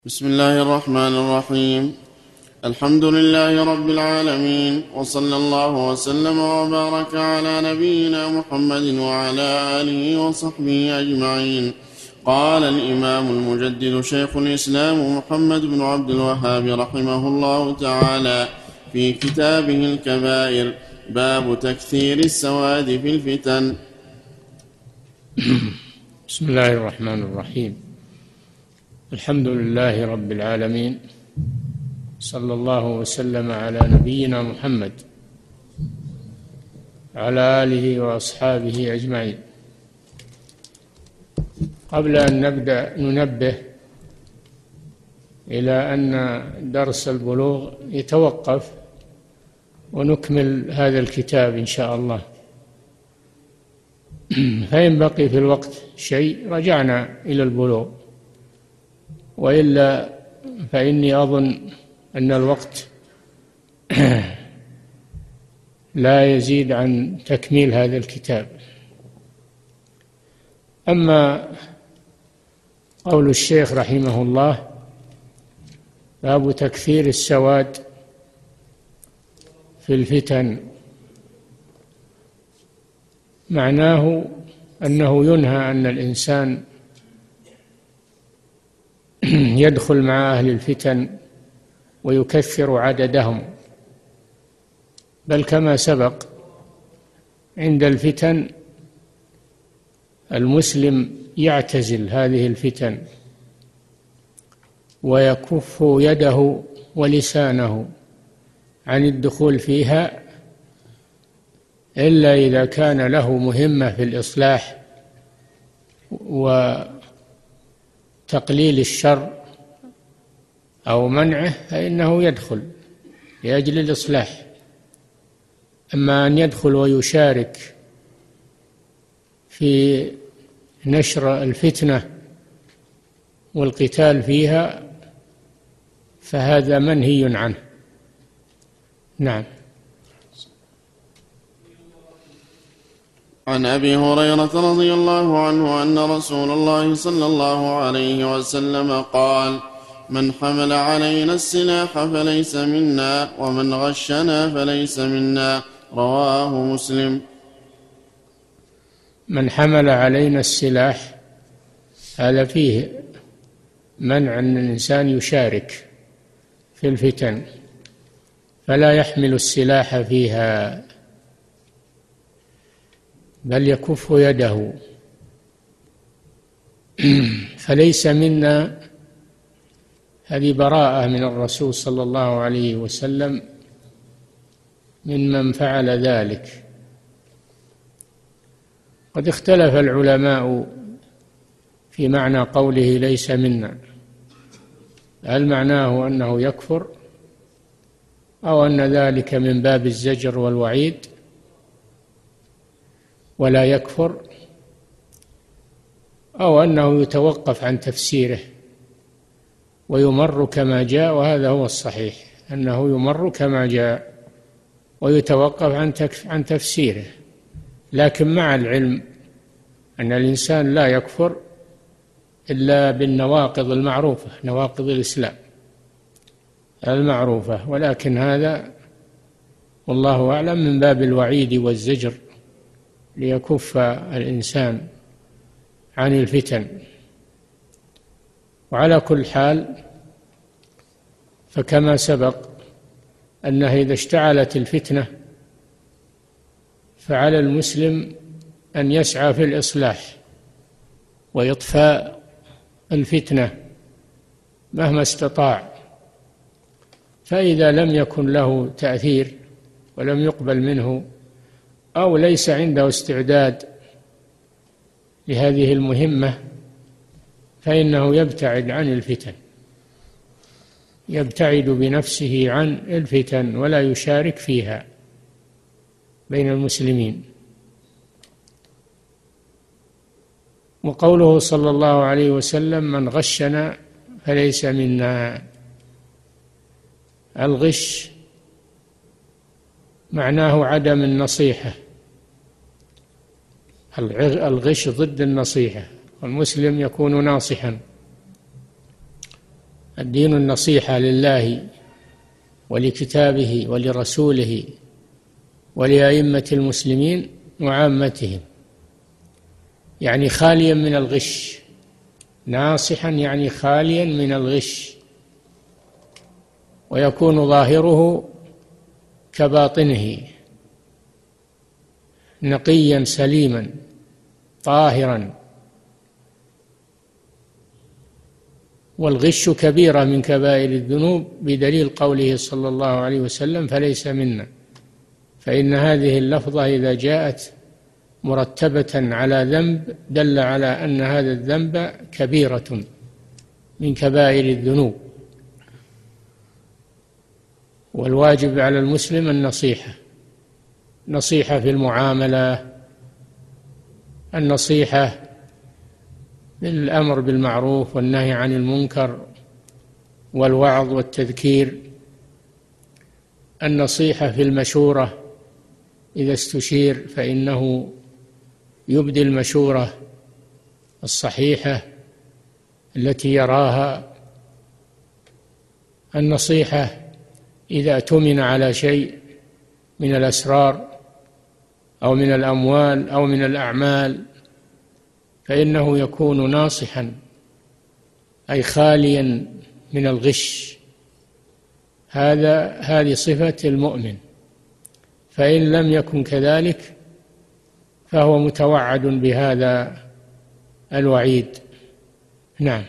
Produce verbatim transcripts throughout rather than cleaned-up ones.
بسم الله الرحمن الرحيم. الحمد لله رب العالمين، وصلى الله وسلم وبارك على نبينا محمد وعلى آله وصحبه أجمعين. قال الإمام المجدد شيخ الإسلام محمد بن عبد الوهاب رحمه الله تعالى في كتابه الكبائر: باب تكثير السواد في الفتن. بسم الله الرحمن الرحيم. الحمد لله رب العالمين، صلى الله وسلم على نبينا محمد على آله وأصحابه أجمعين. قبل أن نبدأ ننبه إلى أن درس البلوغ يتوقف ونكمل هذا الكتاب إن شاء الله، فإن بقي في الوقت شيء رجعنا إلى البلوغ، وإلا فإني أظن أن الوقت لا يزيد عن تكميل هذا الكتاب. أما قول الشيخ رحمه الله: باب تكثير السواد في الفتن، معناه أنه ينهى أن الإنسان يدخل مع أهل الفتن ويكثر عددهم، بل كما سبق عند الفتن المسلم يعتزل هذه الفتن ويكف يده ولسانه عن الدخول فيها، إلا إذا كان له مهمة في الإصلاح وتقليل الشر أو منعه، فإنه يدخل لأجل الإصلاح. أما أن يدخل ويشارك في نشر الفتنة والقتال فيها فهذا منهي عنه. نعم. عن أبي هريرة رضي الله عنه أن رسول الله صلى الله عليه وسلم قال: من حمل علينا السلاح فليس منا، ومن غشنا فليس منا. رواه مسلم. من حمل علينا السلاح هذا فيه منع أن الإنسان يشارك في الفتن، فلا يحمل السلاح فيها بل يكف يده. فليس منا، هذه براءة من الرسول صلى الله عليه وسلم من من فعل ذلك. قد اختلف العلماء في معنى قوله ليس منا، هل معناه أنه يكفر أو أن ذلك من باب الزجر والوعيد ولا يكفر، أو أنه يتوقف عن تفسيره ويمر كما جاء. وهذا هو الصحيح، أنه يمر كما جاء ويتوقف عن عن تفسيره، لكن مع العلم أن الإنسان لا يكفر إلا بالنواقض المعروفة، نواقض الإسلام المعروفة، ولكن هذا والله أعلم من باب الوعيد والزجر ليكف الإنسان عن الفتن. وعلى كل حال فكما سبق أنه إذا اشتعلت الفتنة فعلى المسلم أن يسعى في الإصلاح وإطفاء الفتنة مهما استطاع. فإذا لم يكن له تأثير ولم يقبل منه أو ليس عنده استعداد لهذه المهمة فإنه يبتعد عن الفتن، يبتعد بنفسه عن الفتن ولا يشارك فيها بين المسلمين. وقوله صلى الله عليه وسلم: من غشنا فليس منا. الغش معناه عدم النصيحة، الغش ضد النصيحة، والمسلم يكون ناصحا. الدين النصيحة لله ولكتابه ولرسوله ولأئمة المسلمين وعامتهم، يعني خاليا من الغش، ناصحا يعني خاليا من الغش، ويكون ظاهره كباطنه نقيا سليما طاهرا. والغش كبيرة من كبائر الذنوب بدليل قوله صلى الله عليه وسلم: فليس منا. فإن هذه اللفظة إذا جاءت مرتبة على ذنب دل على أن هذا الذنب كبيرة من كبائر الذنوب. والواجب على المسلم النصيحة، نصيحة في المعاملة، النصيحة بالأمر بالمعروف والنهي عن المنكر والوعظ والتذكير، النصيحة في المشورة إذا استشير فإنه يبدي المشورة الصحيحة التي يراها، النصيحة إذا اؤتمن على شيء من الأسرار أو من الأموال أو من الأعمال فإنه يكون ناصحا، أي خاليا من الغش. هذا هذه صفة المؤمن، فإن لم يكن كذلك فهو متوعد بهذا الوعيد. نعم.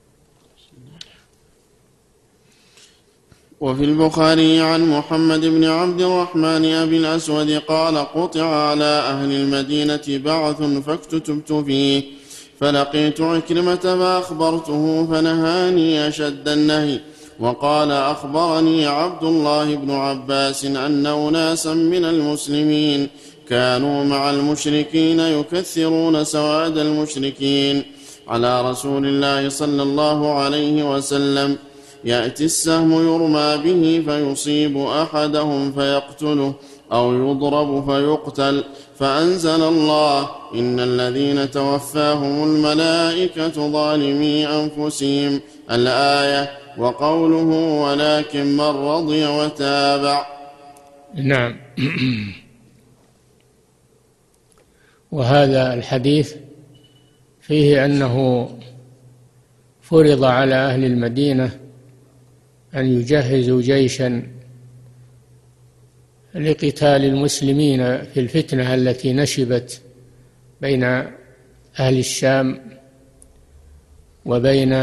وفي البخاري عن محمد بن عبد الرحمن أبي الأسود قال: قطع على أهل المدينة بعث فاكتتبت فيه، فلقيت عكرمة فأخبرته فنهاني أشد النهي، وقال: أخبرني عبد الله بن عباس أن أناسا من المسلمين كانوا مع المشركين يكثرون سواد المشركين على رسول الله صلى الله عليه وسلم، يأتي السهم يرمى به فيصيب أحدهم فيقتله أو يضرب فيقتل، فأنزل الله: إن الذين توفاهم الملائكة ظالمي أنفسهم، الآية، وقوله: ولكن من رضي وتابع. نعم. وهذا الحديث فيه أنه فرض على أهل المدينة أن يجهزوا جيشا لقتال المسلمين في الفتنة التي نشبت بين أهل الشام وبين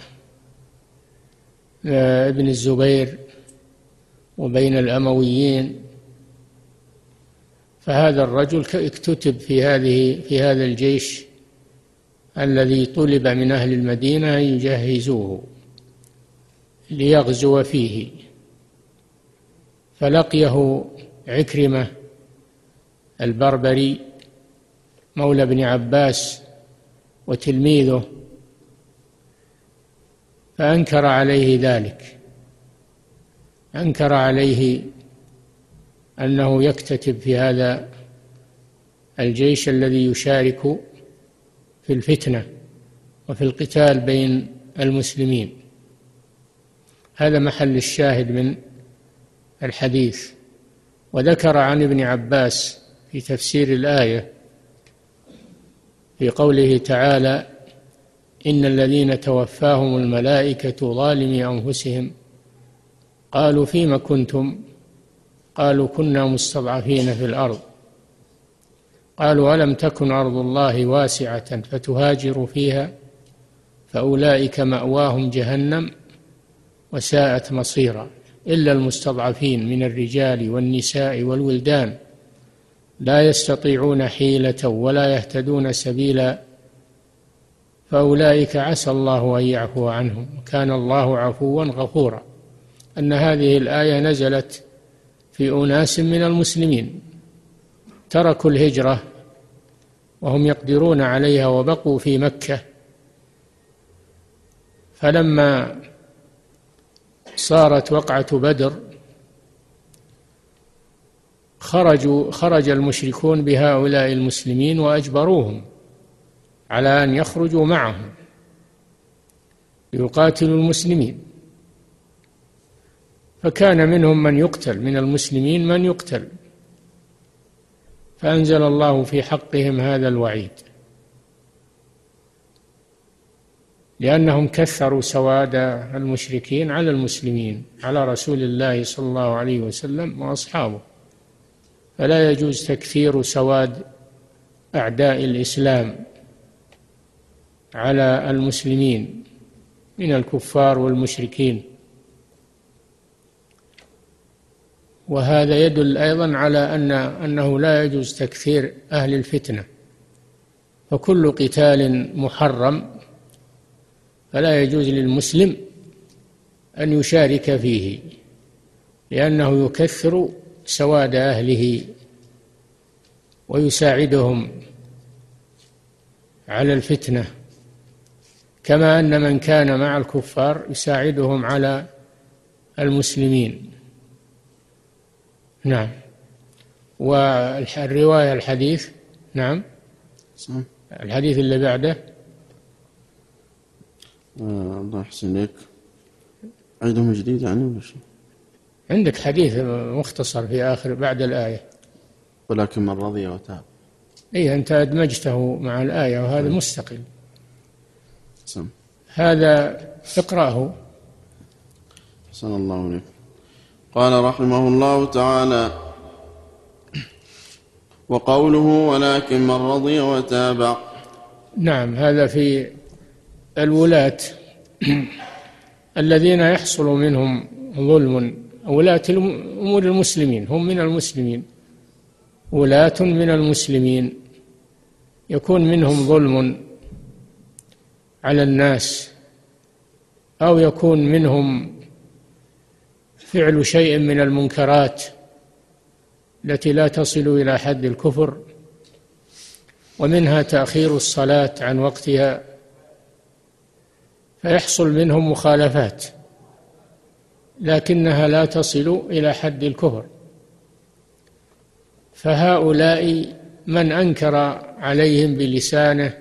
ابن الزبير وبين الأمويين. فهذا الرجل اكتتب في هذه في هذا الجيش الذي طلب من أهل المدينة أن يجهزوه ليغزو فيه، فلقيه عكرمة البربري مولى ابن عباس وتلميذه، فأنكر عليه ذلك، أنكر عليه أنه يكتتب في هذا الجيش الذي يشارك في الفتنة وفي القتال بين المسلمين. هذا محل الشاهد من الحديث. وذكر عن ابن عباس في تفسير الآية في قوله تعالى: إن الذين توفاهم الملائكة ظالمي أنفسهم قالوا فيم كنتم؟ قالوا كنا مستضعفين في الأرض، قالوا ألم تكن أرض الله واسعة فتهاجروا فيها فأولئك مأواهم جهنم وساءت مصيرا، إلا المستضعفين من الرجال والنساء والولدان لا يستطيعون حيلة ولا يهتدون سبيلا فأولئك عسى الله أن يعفو عنهم وكان الله عفوا غفورا. أن هذه الآية نزلت في أناس من المسلمين تركوا الهجرة وهم يقدرون عليها وبقوا في مكة، فلما صارت وقعة بدر خرجوا خرج المشركون بهؤلاء المسلمين وأجبروهم على أن يخرجوا معهم يقاتلوا المسلمين، فكان منهم من يقتل، من المسلمين من يقتل، فأنزل الله في حقهم هذا الوعيد، لأنهم كثروا سواد المشركين على المسلمين، على رسول الله صلى الله عليه وسلم وأصحابه، فلا يجوز تكثير سواد أعداء الإسلام على المسلمين من الكفار والمشركين. وهذا يدل أيضا على أن أنه لا يجوز تكثير أهل الفتنة، فكل قتال محرم فلا يجوز للمسلم أن يشارك فيه، لأنه يكثر سواد أهله ويساعدهم على الفتنة، كما أن من كان مع الكفار يساعدهم على المسلمين. نعم. والرواية الحديث، نعم، الحديث اللي بعده. آه الله يحسن لك، عيدهم جديد يعني ولا شيء؟ عندك حديث مختصر في آخر بعد الآية، ولكن من رضي وتاب. إيه، أنت أدمجته مع الآية وهذا مستقل. سم. هذا اقرأه. حسن الله عليك. قال رحمه الله تعالى: وقوله ولكن من رضي وتاب. نعم، هذا في الولاة الذين يحصل منهم ظلم، ولاة أمور المسلمين، هم من المسلمين، ولاة من المسلمين يكون منهم ظلم على الناس، أو يكون منهم فعل شيء من المنكرات التي لا تصل إلى حد الكفر، ومنها تأخير الصلاة عن وقتها، فيحصل منهم مخالفات لكنها لا تصل إلى حد الكفر، فهؤلاء من أنكر عليهم بلسانه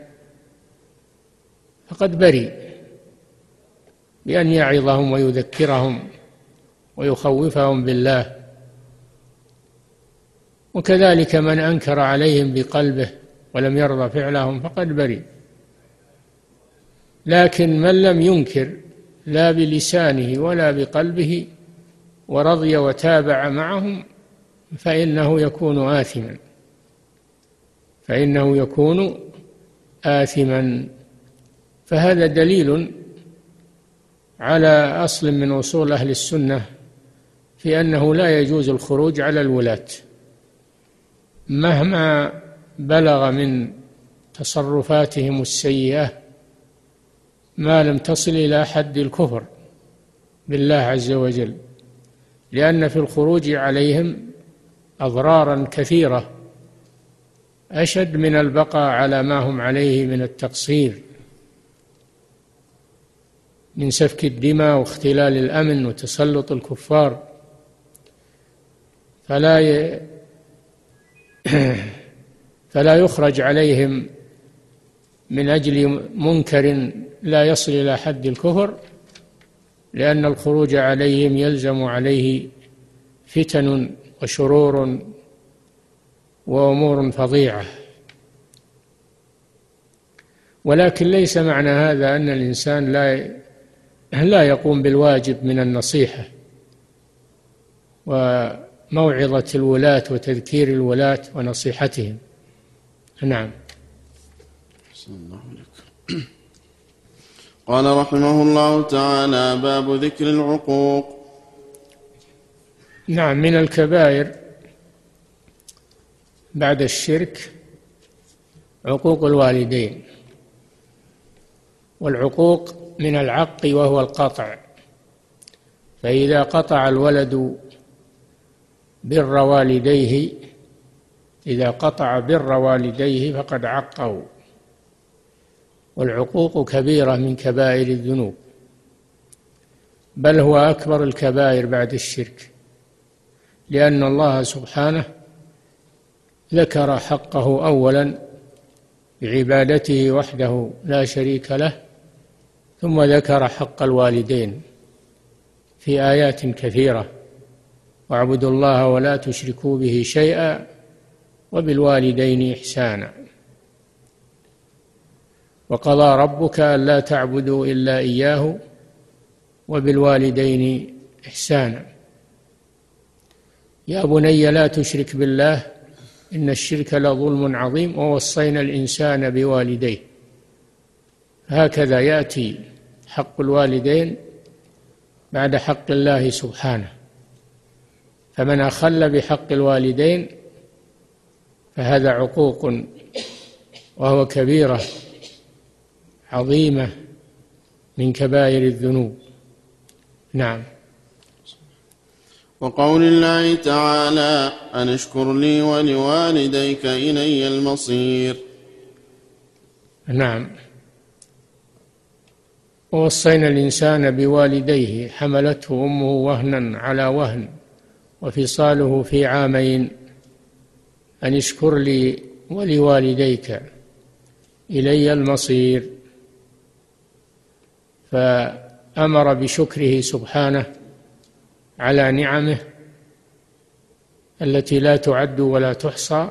فقد برئ بأن يعظهم ويذكرهم ويخوفهم بالله، وكذلك من أنكر عليهم بقلبه ولم يرضى فعلهم فقد برئ. لكن من لم ينكر لا بلسانه ولا بقلبه ورضي وتابع معهم فإنه يكون آثما، فإنه يكون آثما. فهذا دليل على أصل من أصول أهل السنة في أنه لا يجوز الخروج على الولاة مهما بلغ من تصرفاتهم السيئة، ما لم تصل إلى حد الكفر بالله عز وجل، لأن في الخروج عليهم أضرارا كثيرة أشد من البقاء على ما هم عليه من التقصير، من سفك الدماء واختلال الأمن وتسلط الكفار. فلا ي... فلا يخرج عليهم من أجل منكر لا يصل إلى حد الكفر، لأن الخروج عليهم يلزم عليه فتن وشرور وأمور فظيعة. ولكن ليس معنى هذا أن الإنسان لا لا يقوم بالواجب من النصيحة وموعظة الولاة وتذكير الولاة ونصيحتهم. نعم. قال رحمه الله تعالى: باب ذكر العقوق. نعم، من الكبائر بعد الشرك عقوق الوالدين، والعقوق من العق وهو القطع، فإذا قطع الولد بر والديه إذا قطع بر والديه فقد عقه، والعقوق كبيرة من كبائر الذنوب، بل هو أكبر الكبائر بعد الشرك، لأن الله سبحانه ذكر حقه أولا بعبادته وحده لا شريك له، ثم ذكر حق الوالدين في آيات كثيرة: واعبدوا الله ولا تشركوا به شيئا وبالوالدين إحسانا، وقضى ربك ألا تعبدوا إلا إياه وبالوالدين إحسانا. يا بني لا تشرك بالله إن الشرك لظلم عظيم ووصينا الإنسان بوالديه. هكذا يأتي حق الوالدين بعد حق الله سبحانه، فمن أخل بحق الوالدين فهذا عقوق وهو كبيرة عظيمة من كبائر الذنوب. نعم. وقول الله تعالى: أن اشكر لي ولوالديك إلي المصير. نعم. ووصينا الإنسان بوالديه حملته أمه وهنا على وهن وفصاله في عامين أن اشكر لي ولوالديك إلي المصير، فأمر بشكره سبحانه على نعمه التي لا تعد ولا تحصى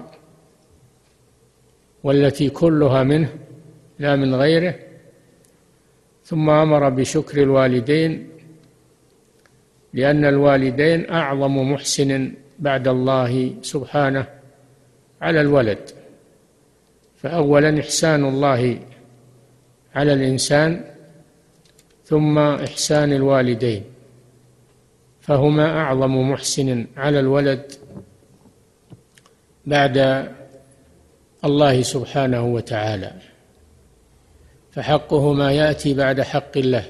والتي كلها منه لا من غيره، ثم أمر بشكر الوالدين لأن الوالدين أعظم محسن بعد الله سبحانه على الولد. فأولا إحسان الله على الإنسان، ثم إحسان الوالدين، فهما أعظم محسن على الولد بعد الله سبحانه وتعالى، فحقهما يأتي بعد حق الله،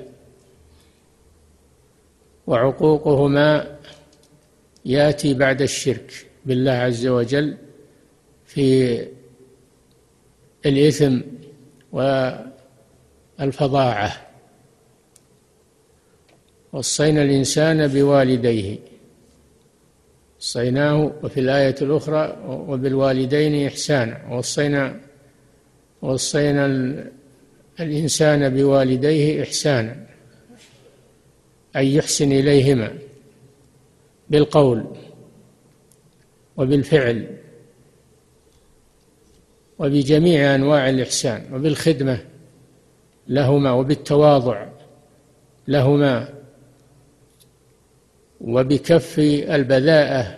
وعقوقهما يأتي بعد الشرك بالله عز وجل في الإثم والفظاعة. وصينا الإنسان بوالديه، وصيناه، وفي الآية الأخرى: وبالوالدين إحسانا. وصينا وصينا الإنسان بوالديه إحسانا، أي يحسن إليهما بالقول وبالفعل وبجميع أنواع الإحسان، وبالخدمة لهما، وبالتواضع لهما، وبكف البذاءة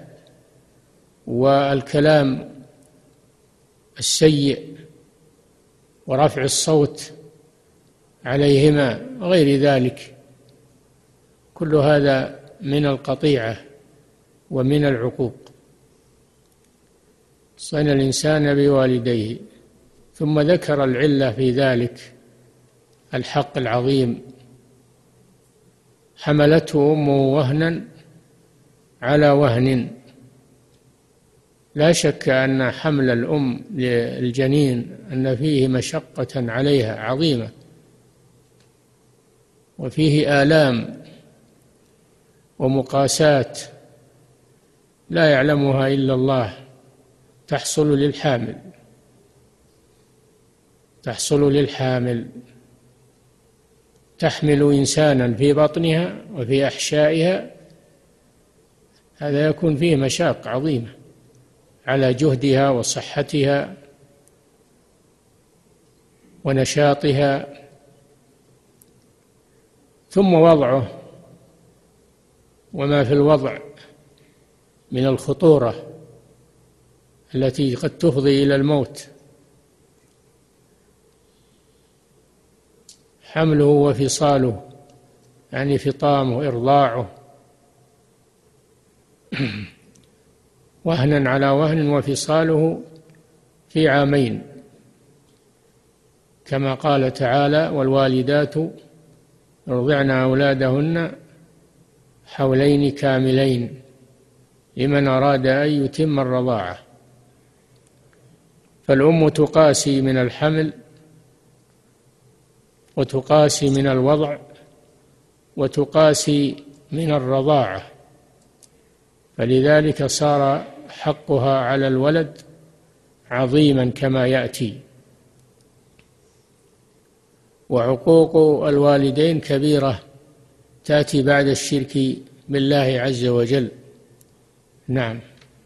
والكلام السيء ورفع الصوت عليهما وغير ذلك. كل هذا من القطيعة ومن العقوق. وصينا الإنسان بوالديه، ثم ذكر العلة في ذلك، الحق العظيم: حملته أمه وهنا على وهن. لا شك أن حمل الأم للجنين أن فيه مشقة عليها عظيمة، وفيه آلام ومقاسات لا يعلمها إلا الله تحصل للحامل تحصل للحامل تحمل إنسانا في بطنها وفي أحشائها، هذا يكون فيه مشاق عظيمة على جهدها وصحتها ونشاطها، ثم وضعه وما في الوضع من الخطورة التي قد تفضي إلى الموت. حمله وفصاله يعني فطامه إرضاعه، وهنا على وهن وفصاله في عامين، كما قال تعالى: والوالدات يرضعن أولادهن حولين كاملين لمن أراد أن يتم الرضاعة. فالأم تقاسي من الحمل، وتقاسي من الوضع، وتقاسي من الرضاعة، فلذلك صار حقها على الولد عظيما كما يأتي. وعقوق الوالدين كبيرة تأتي بعد الشرك بالله عز وجل. نعم.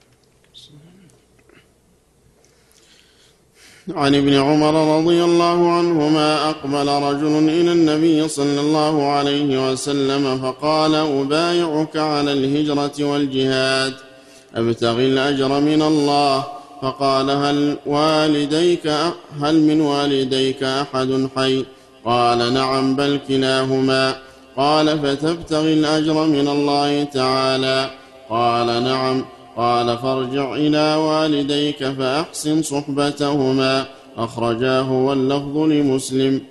عن ابن عمر رضي الله عنهما أقبل رجل إلى النبي صلى الله عليه وسلم فقال: أبايعك على الهجرة والجهاد أبتغي الأجر من الله. فقال: هل والديك هل من والديك أحد حي؟ قال: نعم، بل كلاهما. قال: فتبتغي الأجر من الله تعالى؟ قال: نعم. قال: فارجع إلى والديك فأحسن صحبتهما. أخرجاه واللفظ لمسلم.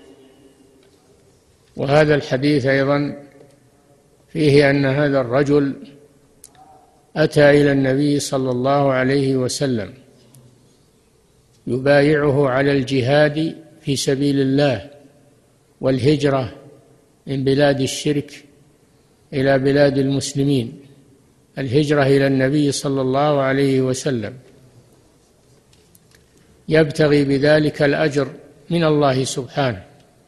وهذا الحديث أيضا فيه أن هذا الرجل أتى إلى النبي صلى الله عليه وسلم يبايعه على الجهاد في سبيل الله والهجرة من بلاد الشرك إلى بلاد المسلمين، الهجرة إلى النبي صلى الله عليه وسلم، يبتغي بذلك الأجر من الله سبحانه،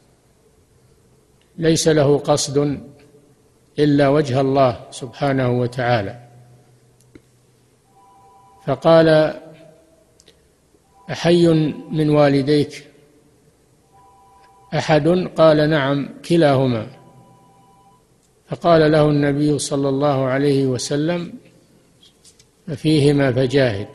ليس له قصد إلا وجه الله سبحانه وتعالى. فقال: أحي من والديك أحد؟ قال: نعم، كلاهما. فقال له النبي صلى الله عليه وسلم: ففيهما فجاهد.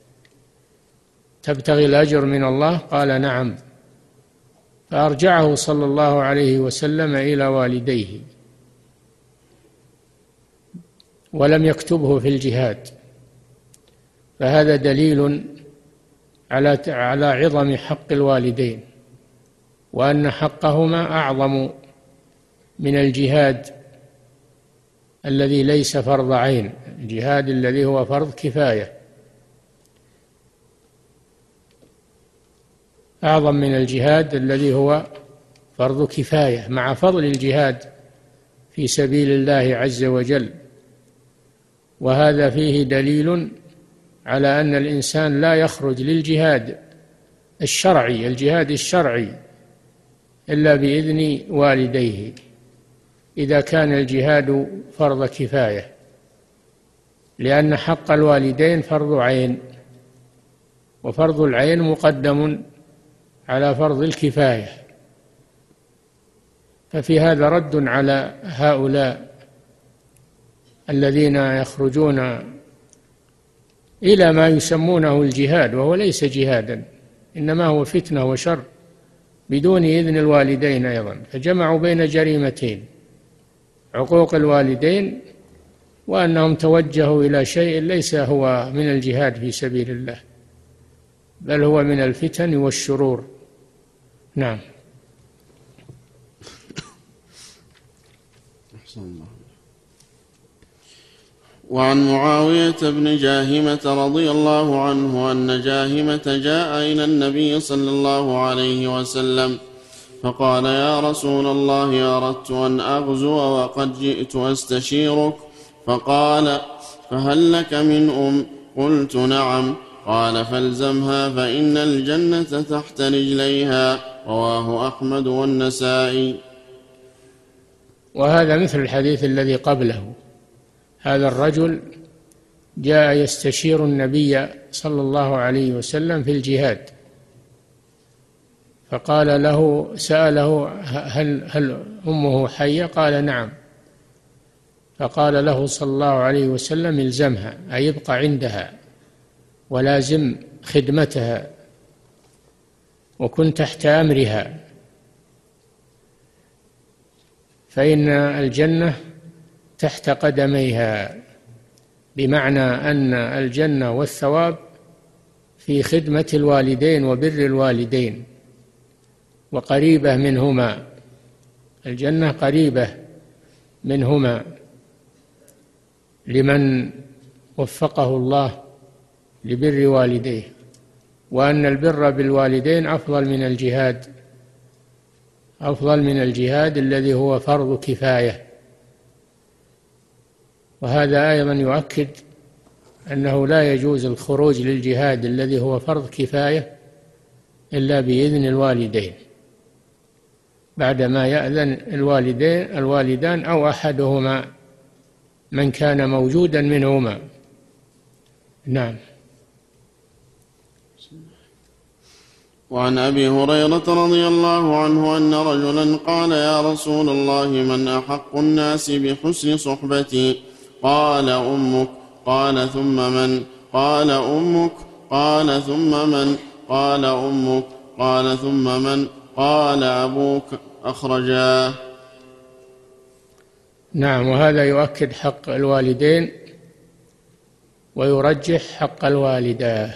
تبتغي الأجر من الله؟ قال: نعم. فأرجعه صلى الله عليه وسلم إلى والديه ولم يكتبه في الجهاد. فهذا دليل على على عظم حق الوالدين، وأن حقهما أعظم من الجهاد الذي ليس فرض عين، الجهاد الذي هو فرض كفاية أعظم من الجهاد الذي هو فرض كفاية، مع فضل الجهاد في سبيل الله عز وجل. وهذا فيه دليل على أن الإنسان لا يخرج للجهاد الشرعي الجهاد الشرعي إلا بإذن والديه إذا كان الجهاد فرض كفاية، لأن حق الوالدين فرض عين، وفرض العين مقدم على فرض الكفاية. ففي هذا رد على هؤلاء الذين يخرجون إلى ما يسمونه الجهاد وهو ليس جهادا، إنما هو فتنة وشر بدون إذن الوالدين أيضا، فجمعوا بين جريمتين: عقوق الوالدين وأنهم توجهوا إلى شيء ليس هو من الجهاد في سبيل الله، بل هو من الفتن والشرور. نعم. وعن معاوية بن جاهمة رضي الله عنه أن جاهمة جاء إلى النبي صلى الله عليه وسلم فقال: يا رسول الله، أردت أن أغزو وقد جئت أستشيرك. فقال: فهل لك من أم؟ قلت: نعم. قال: فالزمها فإن الجنة تحت رجليها. رواه أحمد والنسائي. وهذا مثل الحديث الذي قبله. هذا الرجل جاء يستشير النبي صلى الله عليه وسلم في الجهاد، فقال له سأله: هل, هل أمه حية؟ قال: نعم. فقال له صلى الله عليه وسلم: الزمها، أي يبقى عندها ولازم خدمتها وكن تحت أمرها، فإن الجنة تحت قدميها، بمعنى أن الجنة والثواب في خدمة الوالدين وبر الوالدين، وقريبة منهما، الجنة قريبة منهما لمن وفقه الله لبر والديه، وأن البر بالوالدين أفضل من الجهاد، أفضل من الجهاد الذي هو فرض كفاية. وهذا أيضا يؤكد أنه لا يجوز الخروج للجهاد الذي هو فرض كفاية إلا بإذن الوالدين، بعدما يأذن الوالدين الوالدان أو أحدهما من كان موجودا منهما. نعم. وعن أبي هريرة رضي الله عنه أن رجلا قال يا رسول الله من أحق الناس بحسن صحبتي؟ قال أمك. قال ثم من؟ قال أمك. قال ثم من؟ قال أمك. قال ثم من؟ قال أبوك. أخرجاه. نعم. وهذا يؤكد حق الوالدين ويرجح حق الوالدة.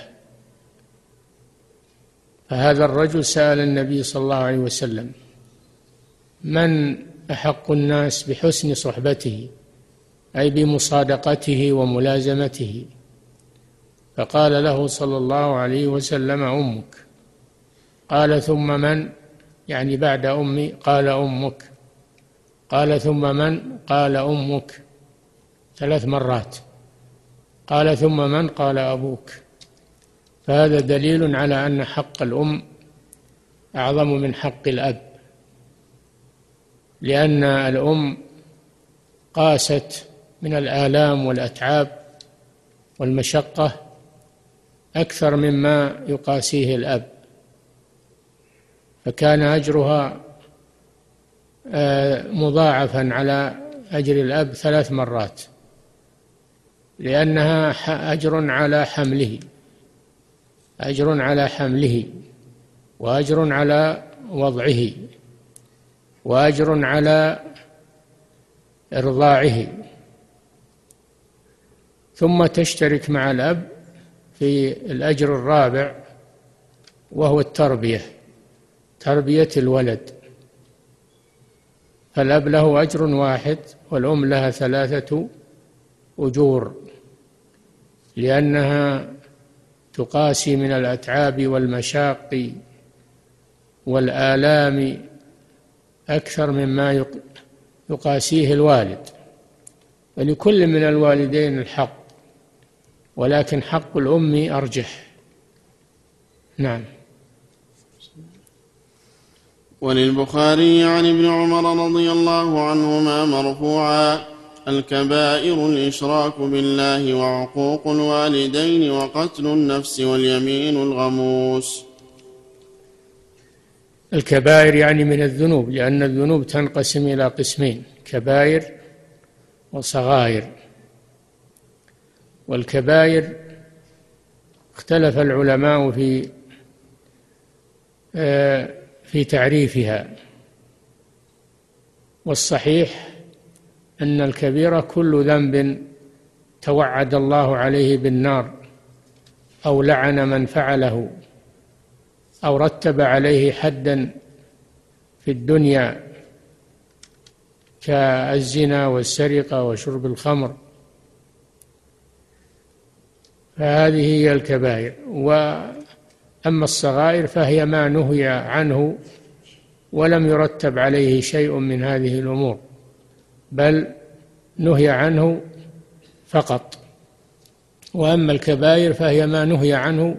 فهذا الرجل سأل النبي صلى الله عليه وسلم من أحق الناس بحسن صحبته، أي بمصادقته وملازمته، فقال له صلى الله عليه وسلم أمك. قال ثم من؟ يعني بعد أمي؟ قال أمك. قال ثم من؟ قال أمك، ثلاث مرات. قال ثم من؟ قال أبوك. فهذا دليل على أن حق الأم أعظم من حق الأب، لأن الأم قاست من الآلام والأتعاب والمشقة أكثر مما يقاسيه الأب، فكان أجرها مضاعفا على أجر الأب ثلاث مرات، لأنها أجر على حمله أجر على حمله وأجر على وضعه وأجر على إرضاعه، ثم تشترك مع الأب في الأجر الرابع وهو التربية، تربية الولد. فالأب له أجر واحد والأم لها ثلاثة أجور، لأنها تقاسي من الأتعاب والمشاق والآلام أكثر مما يقاسيه الوالد. ولكل من الوالدين الحق، ولكن حق الأم أرجح. نعم. وللبخاري عن ابن عمر رضي الله عنهما مرفوعا: الكبائر الإشراك بالله وعقوق الوالدين وقتل النفس واليمين الغموس. الكبائر يعني من الذنوب، لأن الذنوب تنقسم إلى قسمين: كبائر وصغائر. والكبائر اختلف العلماء في في تعريفها، والصحيح أن الكبيرة كل ذنب توعد الله عليه بالنار أو لعن من فعله أو رتب عليه حدا في الدنيا كالزنا والسرقة وشرب الخمر، فهذه هي الكبائر. وأما الصغائر فهي ما نهي عنه ولم يرتب عليه شيء من هذه الأمور، بل نهي عنه فقط. وأما الكبائر فهي ما نهي عنه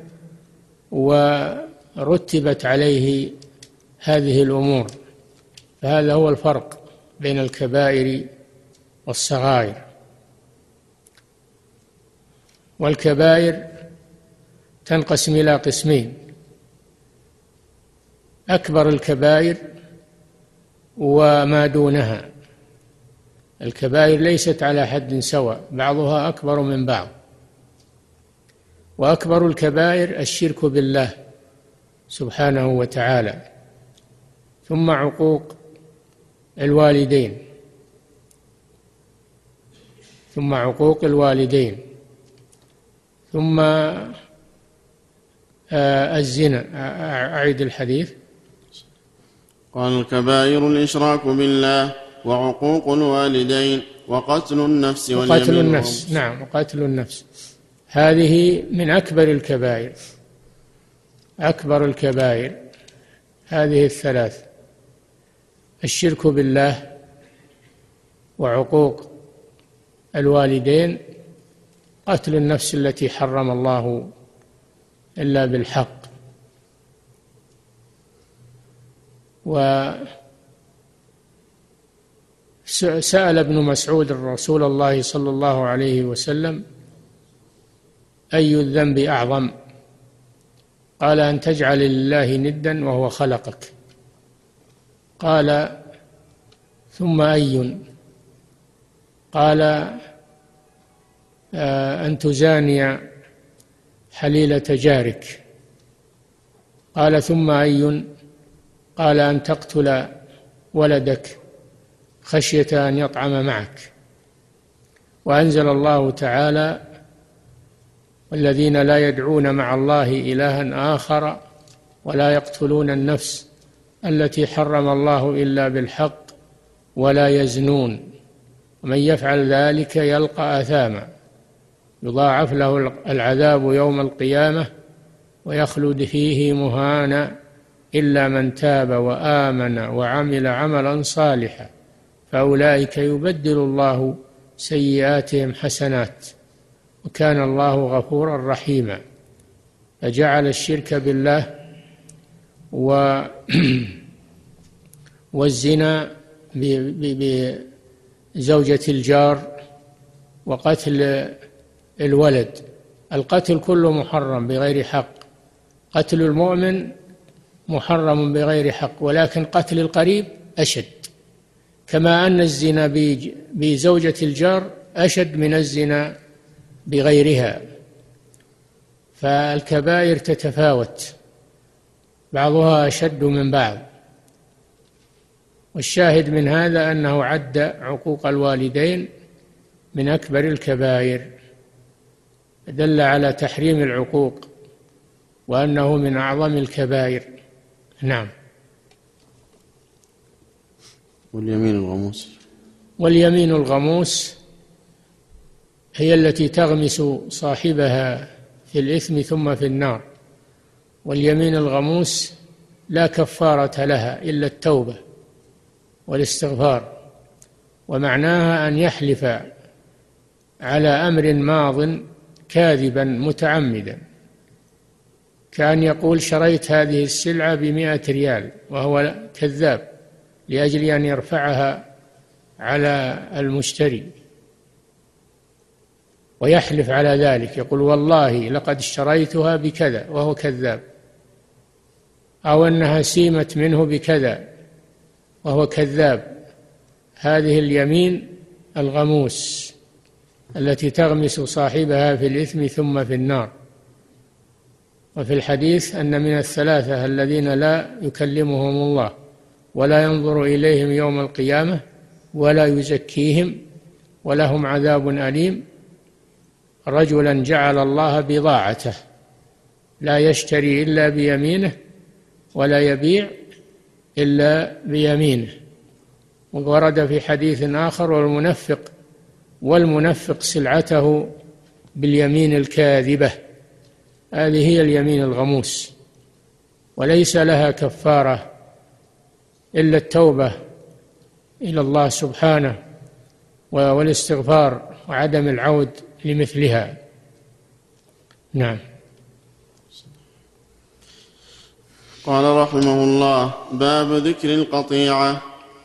ورتبت عليه هذه الأمور. فهذا هو الفرق بين الكبائر والصغائر. والكبائر تنقسم إلى قسمين: أكبر الكبائر وما دونها. الكبائر ليست على حد سواء، بعضها أكبر من بعض. وأكبر الكبائر الشرك بالله سبحانه وتعالى، ثم عقوق الوالدين ثم عقوق الوالدين ثم الزنا. أعيد الحديث. قال: الكبائر الإشراك بالله وعقوق الوالدين وقتل النفس واليمين. وقتل النفس، نعم، وقتل النفس هذه من أكبر الكبائر. أكبر الكبائر هذه الثلاث: الشرك بالله وعقوق الوالدين، قتل النفس التي حرم الله إلا بالحق. سأل ابن مسعود رسول الله صلى الله عليه وسلم: أي الذنب أعظم؟ قال: أن تجعل لله ندا وهو خلقك. قال: ثم أي؟ قال: أن تزاني حليلة جارك. قال: ثم أي؟ قال: أن تقتل ولدك خشية أن يطعم معك. وأنزل الله تعالى: والذين لا يدعون مع الله إلها آخر ولا يقتلون النفس التي حرم الله إلا بالحق ولا يزنون ومن يفعل ذلك يلقى أثاما يضاعف له العذاب يوم القيامة ويخلد فيه مهانا إلا من تاب وآمن وعمل عملا صالحا فأولئك يبدل الله سيئاتهم حسنات وكان الله غفورا رحيما. فجعل الشرك بالله و والزنا بزوجة الجار وقتل الولد. القتل كله محرم بغير حق، قتل المؤمن محرم بغير حق، ولكن قتل القريب أشد، كما أن الزنا بزوجة الجار أشد من الزنا بغيرها. فالكبائر تتفاوت، بعضها أشد من بعض. والشاهد من هذا أنه عد عقوق الوالدين من أكبر الكبائر، دل على تحريم العقوق وأنه من أعظم الكبائر. نعم. واليمين الغموس واليمين الغموس هي التي تغمس صاحبها في الإثم ثم في النار. واليمين الغموس لا كفارة لها إلا التوبة والاستغفار، ومعناها أن يحلف على أمر ماض كاذبا متعمدا، كأن يقول: شريت هذه السلعة بمئة ريال، وهو كذاب لأجل أن يرفعها على المشتري، ويحلف على ذلك، يقول: والله لقد اشتريتها بكذا، وهو كذاب، أو أنها سيمت منه بكذا وهو كذاب. هذه اليمين الغموس التي تغمس صاحبها في الإثم ثم في النار. وفي الحديث أن من الثلاثة الذين لا يكلمهم الله ولا ينظر إليهم يوم القيامة ولا يزكيهم ولهم عذاب أليم: رجلا جعل الله بضاعته لا يشتري إلا بيمينه ولا يبيع إلا بيمينه. وورد في حديث آخر: والمنفق والمنفق سلعته باليمين الكاذبة. هذه هي اليمين الغموس، وليس لها كفارة إلا التوبة إلى الله سبحانه والاستغفار وعدم العود لمثلها. نعم. قال رحمه الله: باب ذكر القطيعة.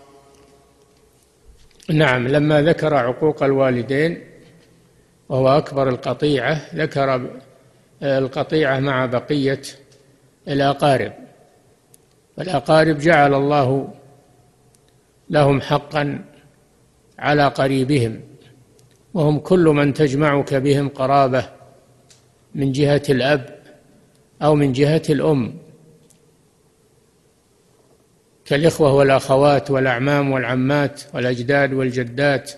نعم. لما ذكر عقوق الوالدين وهو أكبر القطيعة، ذكر القطيعة مع بقية الأقارب. والأقارب جعل الله لهم حقا على قريبهم، وهم كل من تجمعك بهم قرابة من جهة الأب أو من جهة الأم، كالإخوة والأخوات والأعمام والعمات والأجداد والجدات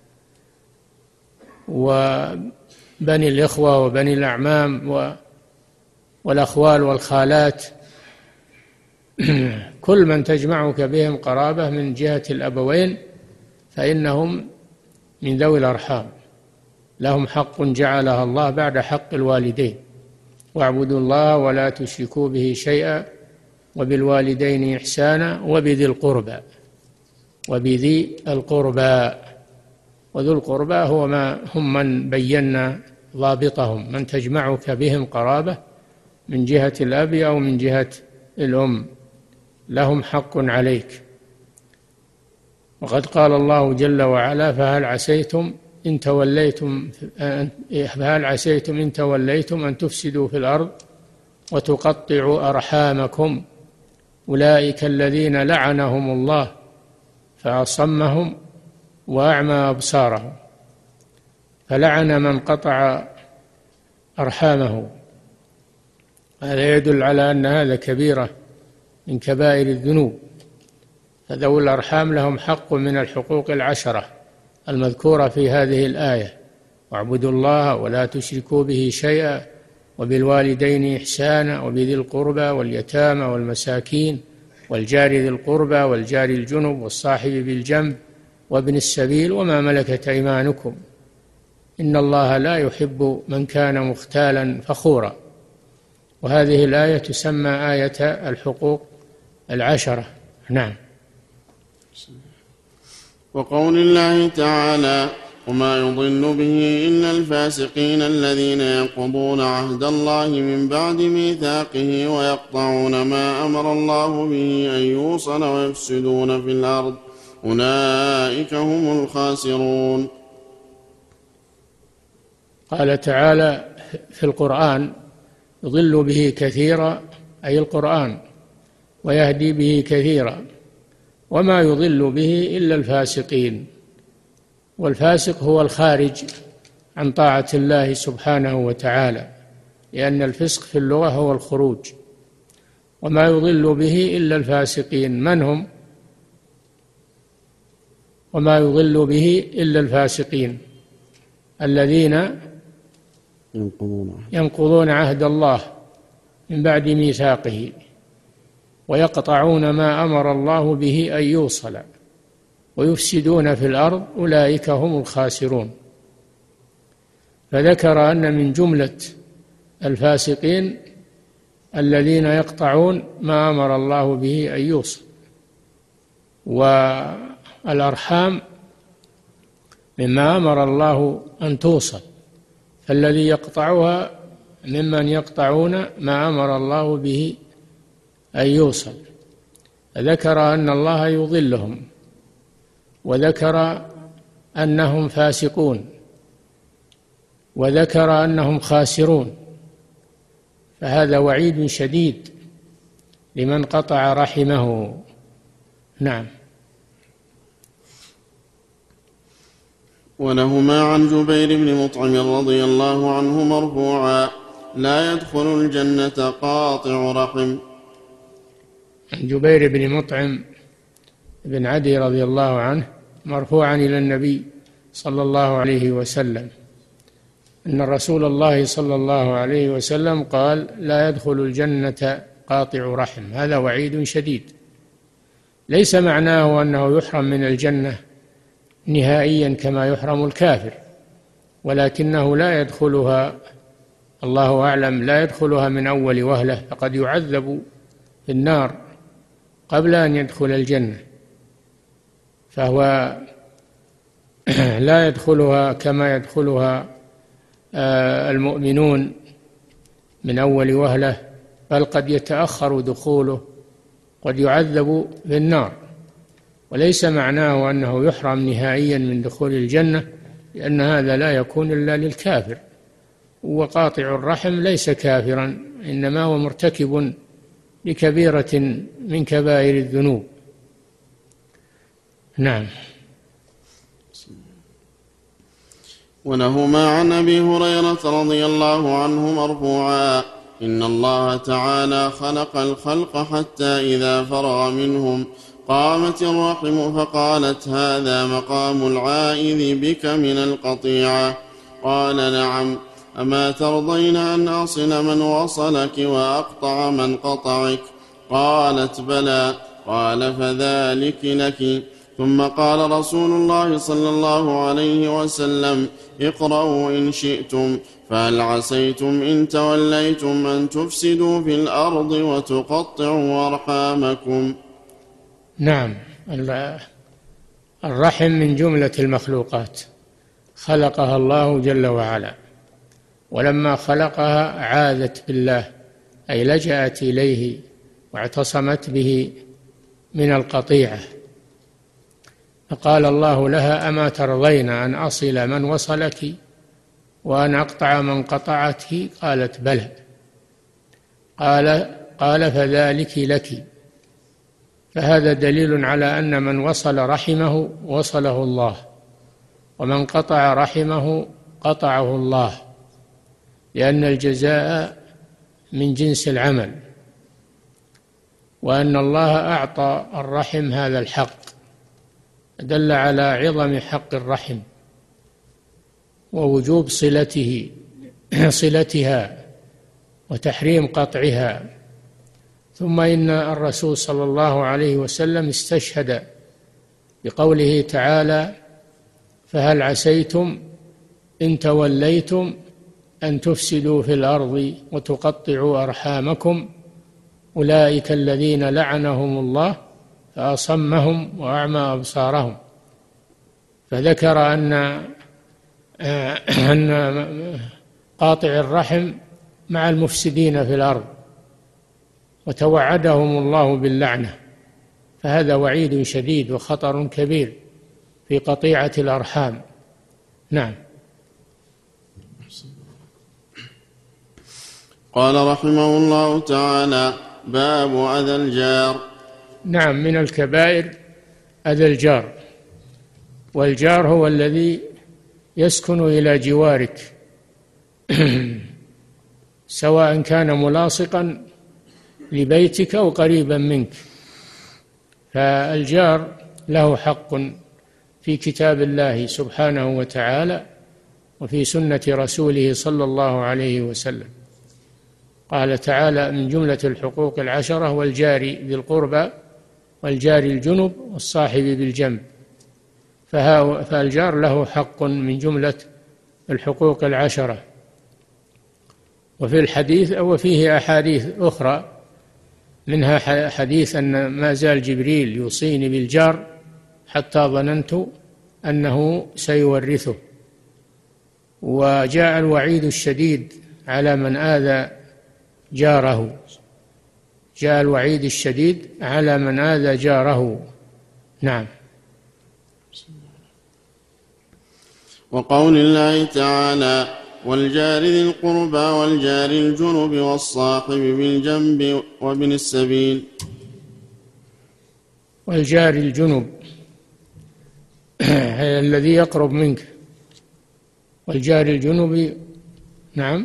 وبني الإخوة وبني الأعمام والأخوال والخالات. كل من تجمعك بهم قرابة من جهة الأبوين فإنهم من ذوي الأرحام، لهم حق جعلها الله بعد حق الوالدين: واعبدوا الله ولا تشركوا به شيئا وبالوالدين إحسانا وبذي القربى وبذي القربى. وذو القربى هو ما هم من بينا ضابطهم، من تجمعك بهم قرابة من جهة الأب أو من جهة الأم، لهم حق عليك. وقد قال الله جل وعلا: فهل عسيتم إن توليتم فهل عسيتم إن توليتم أن تفسدوا في الأرض وتقطعوا أرحامكم أولئك الذين لعنهم الله فأصمهم وأعمى أبصارهم. فلعن من قطع أرحامه. هذا يدل على أن هذا كبيرة من كبائر الذنوب. فذوي الأرحام لهم حق من الحقوق العشرة المذكورة في هذه الآية: واعبدوا الله ولا تشركوا به شيئا وبالوالدين إحسانا وبذي القربى واليتامى والمساكين والجار ذي القربى والجار الجنب والصاحب بالجنب وابن السبيل وما ملكت أيمانكم إن الله لا يحب من كان مختالا فخورا. وهذه الآية تسمى آية الحقوق العشرة. نعم. وقول الله تعالى: وما يضل به إلا الفاسقين الذين ينقضون عهد الله من بعد ميثاقه ويقطعون ما أمر الله به أن يوصل ويفسدون في الأرض أولئك هم الخاسرون. قال تعالى في القرآن: يضل به كثيرا، أي القرآن، ويهدي به كثيرا، وما يضل به إلا الفاسقين. والفاسق هو الخارج عن طاعة الله سبحانه وتعالى، لأن الفسق في اللغة هو الخروج. وما يضل به إلا الفاسقين. من هم؟ وما يضل به إلا الفاسقين الذين ينقضون عهد الله من بعد ميثاقه ويقطعون ما أمر الله به أن يوصل ويفسدون في الأرض أولئك هم الخاسرون. فذكر أن من جملة الفاسقين الذين يقطعون ما أمر الله به أن يوصل. والأرحام مما أمر الله أن توصل، فالذي يقطعها ممن يقطعون ما أمر الله به أن يوصل. ذكر أن الله يضلهم، وذكر أنهم فاسقون، وذكر أنهم خاسرون. فهذا وعيد شديد لمن قطع رحمه. نعم. ولهما عن جبير بن مطعم رضي الله عنه مرفوعا: لا يدخل الجنة قاطع رحم. عن جبير بن مطعم بن عدي رضي الله عنه مرفوعا إلى النبي صلى الله عليه وسلم أن رسول الله صلى الله عليه وسلم قال: لا يدخل الجنة قاطع رحم. هذا وعيد شديد. ليس معناه أنه يحرم من الجنة نهائيا كما يحرم الكافر، ولكنه لا يدخلها، الله أعلم، لا يدخلها من أول وهلة، فقد يعذب في النار قبل أن يدخل الجنة، فهو لا يدخلها كما يدخلها المؤمنون من أول وهلة، بل قد يتأخر دخوله، قد يعذب في النار. وليس معناه أنه يحرم نهائيا من دخول الجنة، لأن هذا لا يكون إلا للكافر. وقاطع الرحم ليس كافرا، إنما هو مرتكب لكبيرة من كبائر الذنوب. نعم. ولهما عن أبي هريرة رضي الله عنه مرفوعا: إن الله تعالى خلق الخلق حتى إذا فرغ منهم قامت الرحم فقالت: هذا مقام العائذ بك من القطيعة. قال: نعم. أما ترضين أن أصل من وصلك وأقطع من قطعك؟ قالت: بلى. قال: فذلك لك. ثم قال رسول الله صلى الله عليه وسلم: اقرأوا إن شئتم: فهل عسيتم إن توليتم أن تفسدوا في الأرض وتقطعوا أرحامكم. نعم. الرحم من جملة المخلوقات خلقها الله جل وعلا، ولما خلقها عاذت بالله، أي لجأت إليه واعتصمت به من القطيعة. فقال الله لها: أما ترضين أن أصل من وصلك وأن أقطع من قطعته؟ قالت: بلى. قال قال فذلك لك. فهذا دليل على أن من وصل رحمه وصله الله، ومن قطع رحمه قطعه الله، لأن الجزاء من جنس العمل، وأن الله أعطى الرحم هذا الحق، دل على عظم حق الرحم ووجوب صلته صلتها وتحريم قطعها. ثم إن الرسول صلى الله عليه وسلم استشهد بقوله تعالى: فهل عسيتم إن توليتم أن تفسدوا في الأرض وتقطعوا أرحامكم أولئك الذين لعنهم الله فأصمهم وأعمى أبصارهم. فذكر أن أن قاطع الرحم مع المفسدين في الأرض، وتوعدهم الله باللعنة. فهذا وعيد شديد وخطر كبير في قطيعة الأرحام. نعم. قال رحمه الله تعالى: باب أذى الجار. نعم، من الكبائر أذى الجار، والجار هو الذي يسكن إلى جوارك سواء كان ملاصقا لبيتك أو قريبا منك. فالجار له حق في كتاب الله سبحانه وتعالى وفي سنة رسوله صلى الله عليه وسلم. قال تعالى: من جملة الحقوق العشرة: والجار ذي القربى والجار الجنب والصاحب بالجنب. فالجار له حق من جملة الحقوق العشرة. وفي الحديث أو فيه أحاديث أخرى، منها حديث أن ما زال جبريل يوصيني بالجار حتى ظننت أنه سيورثه. وجاء الوعيد الشديد على من آذى جاره، جاء الوعيد الشديد على من آذى جاره. نعم. وقول الله تعالى: والجار ذي القربى والجار الجنب والصاحب بالجنب وابن السبيل. والجار الجنب الذي يقرب منك، والجار الجنب نعم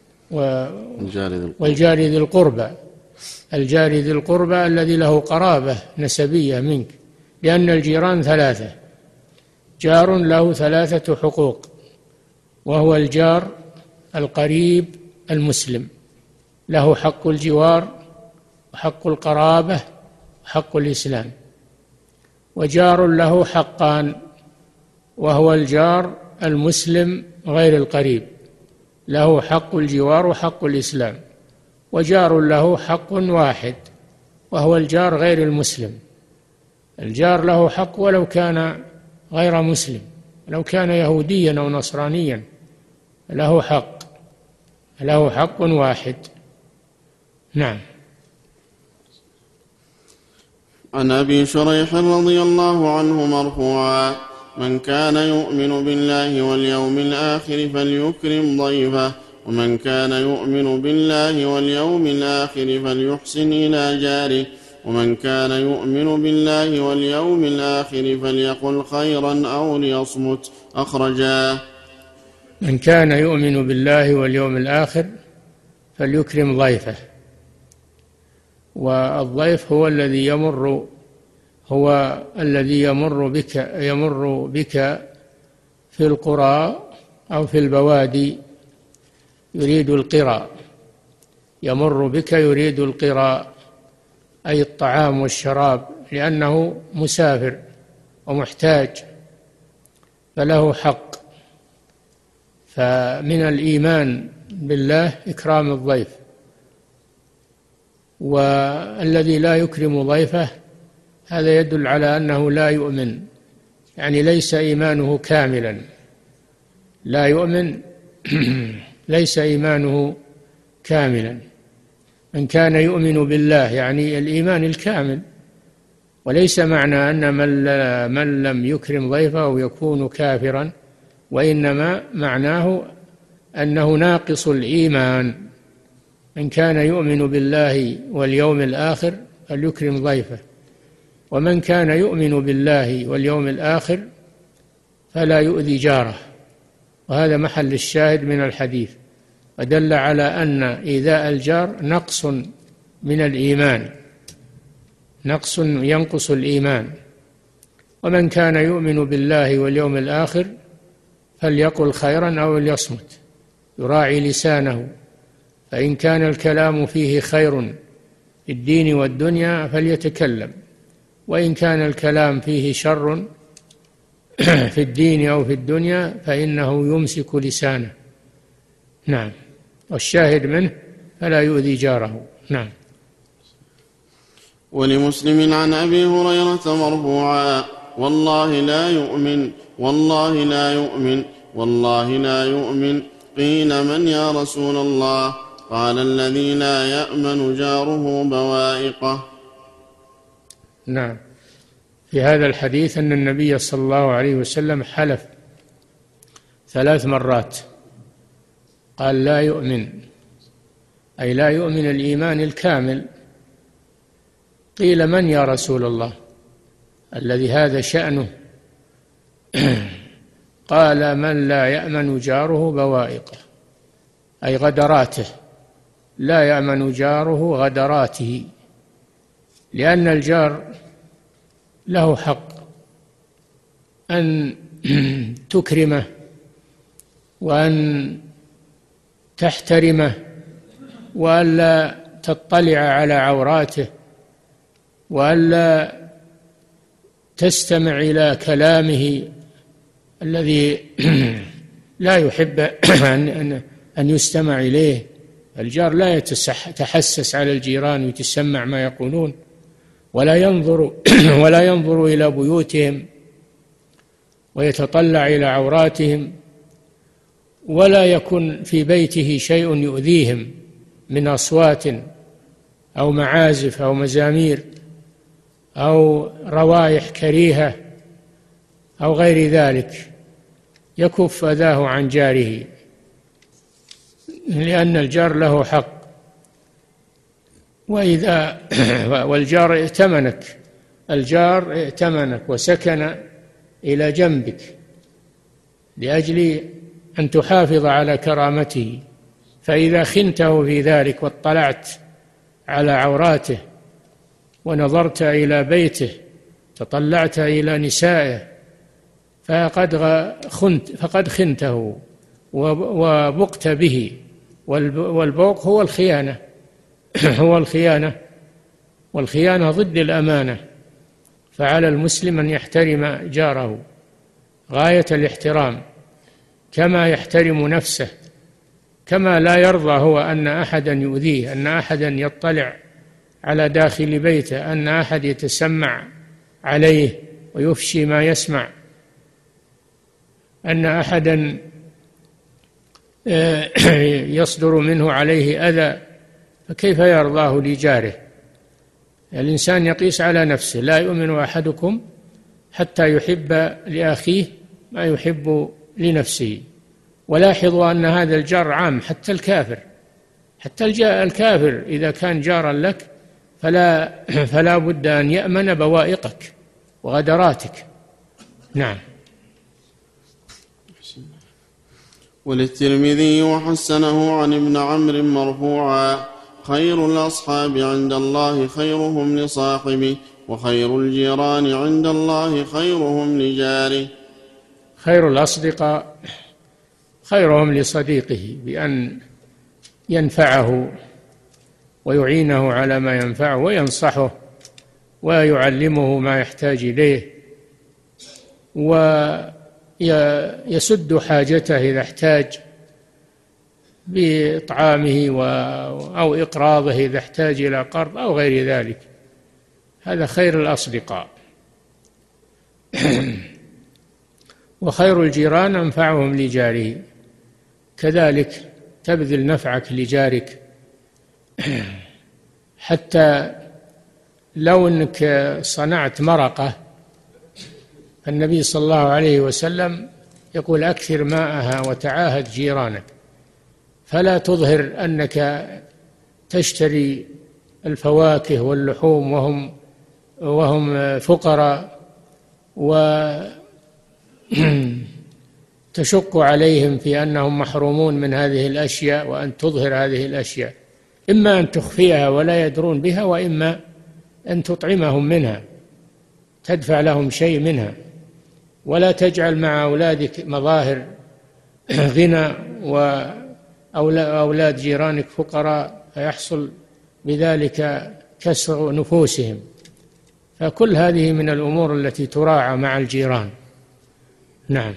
والجار ذي القربى، الجار ذي القربى الذي له قرابة نسبية منك، لأن الجيران ثلاثة: جار له ثلاثة حقوق، وهو الجار القريب المسلم، له حق الجوار وحق القرابة وحق الإسلام. وجار له حقان، وهو الجار المسلم غير القريب، له حق الجوار وحق الإسلام. وجار له حق واحد، وهو الجار غير المسلم. الجار له حق ولو كان غير مسلم، لو كان يهوديا أو نصرانيا له حق، له حق واحد. نعم. عن أبي شريح رضي الله عنه مرفوعا: من كان يؤمن بالله واليوم الآخر فليكرم ضيفه، ومن كان يؤمن بالله واليوم الآخر فليحسن إلى جاره، ومن كان يؤمن بالله واليوم الآخر فليقل خيرا أو ليصمت. أخرجاه. من كان يؤمن بالله واليوم الآخر فليكرم ضيفه. والضيف هو الذي يمر هو الذي يمر بك يمر بك في القرى أو في البوادي يريد القرى، يمر بك يريد القرى أي الطعام والشراب، لأنه مسافر ومحتاج فله حق. فمن الإيمان بالله إكرام الضيف، والذي لا يكرم ضيفه هذا يدل على أنه لا يؤمن، يعني ليس إيمانه كاملا، لا يؤمن ليس إيمانه كاملا. من كان يؤمن بالله يعني الإيمان الكامل، وليس معنى أن من, من لم يكرم ضيفه يكون كافرا، وإنما معناه أنه ناقص الإيمان. من كان يؤمن بالله واليوم الآخر فليكرم ضيفه، ومن كان يؤمن بالله واليوم الآخر فلا يؤذي جاره. وهذا محل الشاهد من الحديث، ودل على أن إيذاء الجار نقص من الإيمان، نقص ينقص الإيمان. ومن كان يؤمن بالله واليوم الآخر فليقل خيرا أو ليصمت، يراعي لسانه، فإن كان الكلام فيه خير في الدين والدنيا فليتكلم، وإن كان الكلام فيه شر في الدين أو في الدنيا فإنه يمسك لسانه. نعم. والشاهد منه فلا يؤذي جاره. نعم. ولمسلم عن أبي هريرة مرفوعا: والله لا يؤمن، والله لا يؤمن، والله لا يؤمن. قيل: من يا رسول الله؟ قال: الذي لا يأمن جاره بوائقه. نعم. في هذا الحديث أن النبي صلى الله عليه وسلم حلف ثلاث مرات، قال: لا يؤمن، أي لا يؤمن الإيمان الكامل. قيل: من يا رسول الله الذي هذا شأنه؟ قال: من لا يأمن جاره بوائقه، أي غدراته، لا يأمن جاره غدراته، لأن الجار له حق أن تكرمه وأن تحترمه وألا تطلع على عوراته وألا تستمع إلى كلامه الذي لا يحب أن أن يستمع إليه. الجار لا يتحسس على الجيران ويتسمع ما يقولون، ولا ينظر ولا ينظر إلى بيوتهم ويتطلع إلى عوراتهم، ولا يكن في بيته شيء يؤذيهم من أصوات أو معازف أو مزامير أو روائح كريهة أو غير ذلك، يكف أذاه عن جاره، لأن الجار له حق. وإذا والجار ائتمنك، الجار ائتمنك وسكن إلى جنبك لأجل أن تحافظ على كرامته، فإذا خنته في ذلك واطلعت على عوراته ونظرت إلى بيته، تطلعت إلى نسائه، فقد خنت فقد خنته وبقت به. والبوق هو الخيانة هو الخيانة والخيانة ضد الأمانة. فعلى المسلم أن يحترم جاره غاية الاحترام، كما يحترم نفسه، كما لا يرضى هو أن أحدا يؤذيه، أن أحدا يطلع على داخل بيته، أن أحد يتسمع عليه ويفشي ما يسمع، أن أحدا يصدر منه عليه أذى، فكيف يرضاه لجاره؟ الإنسان يقيس على نفسه. لا يؤمن أحدكم حتى يحب لأخيه ما يحب لنفسه. ولاحظوا أن هذا الجار عام، حتى الكافر، حتى الكافر إذا كان جارا لك فلا, فلا بد أن يأمن بوائقك وغدراتك. نعم. وللترمذي وحسنه عن ابن عمرو مرفوعا: خير الأصحاب عند الله خيرهم لصاحبه، وخير الجيران عند الله خيرهم لجاره. خير الأصدقاء خيرهم لصديقه بأن ينفعه ويعينه على ما ينفعه وينصحه ويعلمه ما يحتاج إليه ويسد حاجته إذا احتاج بإطعامه أو إقراضه إذا احتاج إلى قرض أو غير ذلك. هذا خير الأصدقاء. وخير الجيران أنفعهم لجاره، كذلك تبذل نفعك لجارك حتى لو أنك صنعت مرقة، النبي صلى الله عليه وسلم يقول أكثر ماءها وتعاهد جيرانك، فلا تظهر أنك تشتري الفواكه واللحوم وهم وهم فقراء، وتشق عليهم في أنهم محرومون من هذه الأشياء، وأن تظهر هذه الأشياء، إما أن تخفيها ولا يدرون بها، وإما أن تطعمهم منها، تدفع لهم شيء منها، ولا تجعل مع أولادك مظاهر غنى وأولاد جيرانك فقراء فيحصل بذلك كسر نفوسهم. فكل هذه من الأمور التي تراعى مع الجيران. نعم.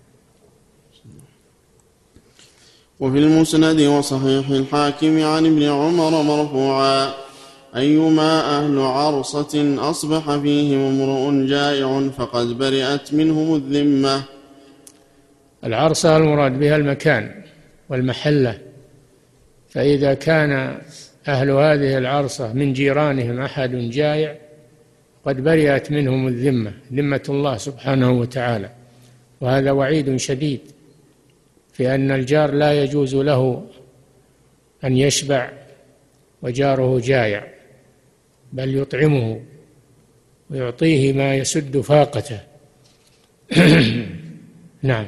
وفي المسند وصحيح الحاكم عن ابن عمر مرفوعا: أيما أهل عرصة أصبح فيهم امرؤ جائع فقد برئت منهم الذمة. العرصة المراد بها المكان والمحلة، فإذا كان أهل هذه العرصة من جيرانهم أحد جائع قد برئت منهم الذمة، ذمة الله سبحانه وتعالى. وهذا وعيد شديد في أن الجار لا يجوز له أن يشبع وجاره جائع، بل يطعمه ويعطيه ما يسد فاقته. نعم.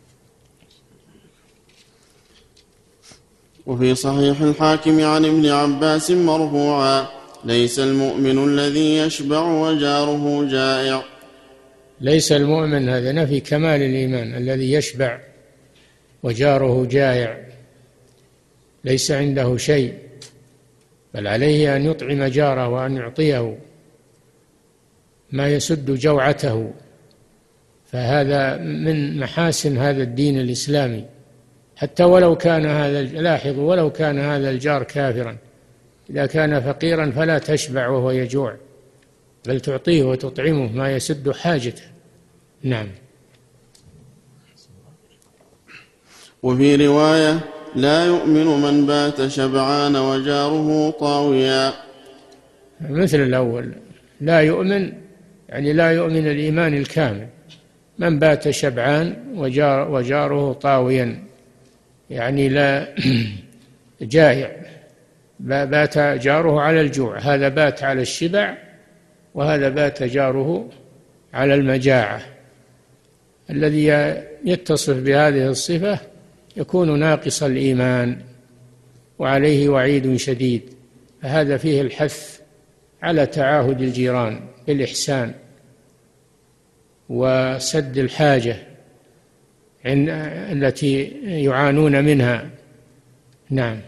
وفي صحيح الحاكم عن ابن عباس مرفوعا: ليس المؤمن الذي يشبع وجاره جائع. ليس المؤمن، هذا نفي كمال الإيمان، الذي يشبع وجاره جائع ليس عنده شيء، بل عليه أن يطعم جاره وأن يعطيه ما يسد جوعته. فهذا من محاسن هذا الدين الإسلامي، حتى ولو كان هذا، لاحظوا، ولو كان هذا الجار كافرا، إذا كان فقيرا فلا تشبع وهو يجوع، بل تعطيه وتطعمه ما يسد حاجته. نعم. وفي رواية: لا يؤمن من بات شبعان وجاره طاويا. مثل الأول، لا يؤمن يعني لا يؤمن الإيمان الكامل، من بات شبعان وجار وجاره طاويا، يعني لا جائع، بات جاره على الجوع، هذا بات على الشبع وهذا بات جاره على المجاعة. الذي يتصف بهذه الصفة يكون ناقص الإيمان وعليه وعيد شديد. فهذا فيه الحث على تعاهد الجيران بالإحسان وسد الحاجة التي يعانون منها. نعم.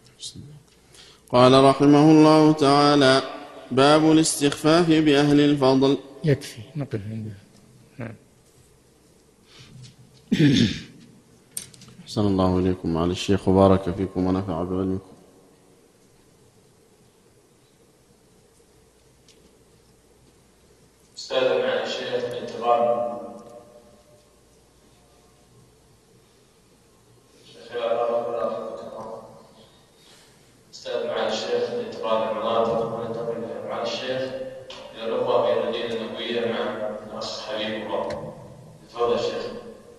قال رحمه الله تعالى: باب الاستخفاف بأهل الفضل. يكفي نقف عنده. نعم. أحسن الله إليكم معالي الشيخ، وبارك فيكم ونفع بعلمكم. أستاذ معالي الشيخ الانتقال أستاذ معالي الشيخ الانتقال المناطق وننتقل معالي الشيخ إلى الأخوة في المدينة النبوية مع الأخ حبيب الله. تفضل الشيخ.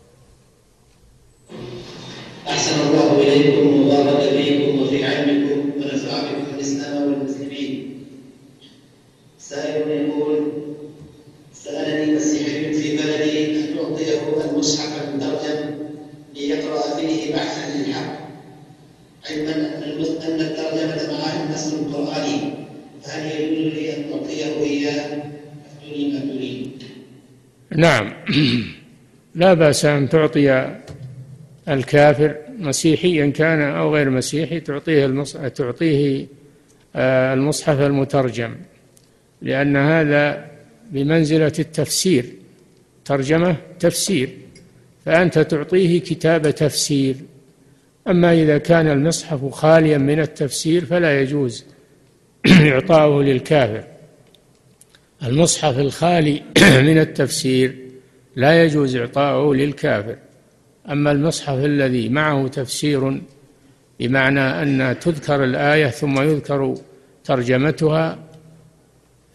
أحسن الله إليكم وبارك فيكم وفي علمكم ونفع بكم الإسلام والمسلمين. سائل يقول: سألني مسيحي في بلدي أن أعطيه المصحف المترجم ليقرأ فيه بحثا للحق، علما أن الترجمة معه النص القرآني، فهل يجوز لي أن أعطيه إياه؟ أفتوني ما تريد. نعم، لا بأس أن تعطي الكافر مسيحيا كان أو غير مسيحي، تعطيه المصحف, تعطيه المصحف المترجم، لأن هذا بمنزلة التفسير، ترجمة تفسير، فأنت تعطيه كتاب تفسير. أما إذا كان المصحف خاليا من التفسير فلا يجوز إعطاؤه للكافر. المصحف الخالي من التفسير لا يجوز إعطاؤه للكافر. أما المصحف الذي معه تفسير، بمعنى أن تذكر الآية ثم يذكر ترجمتها،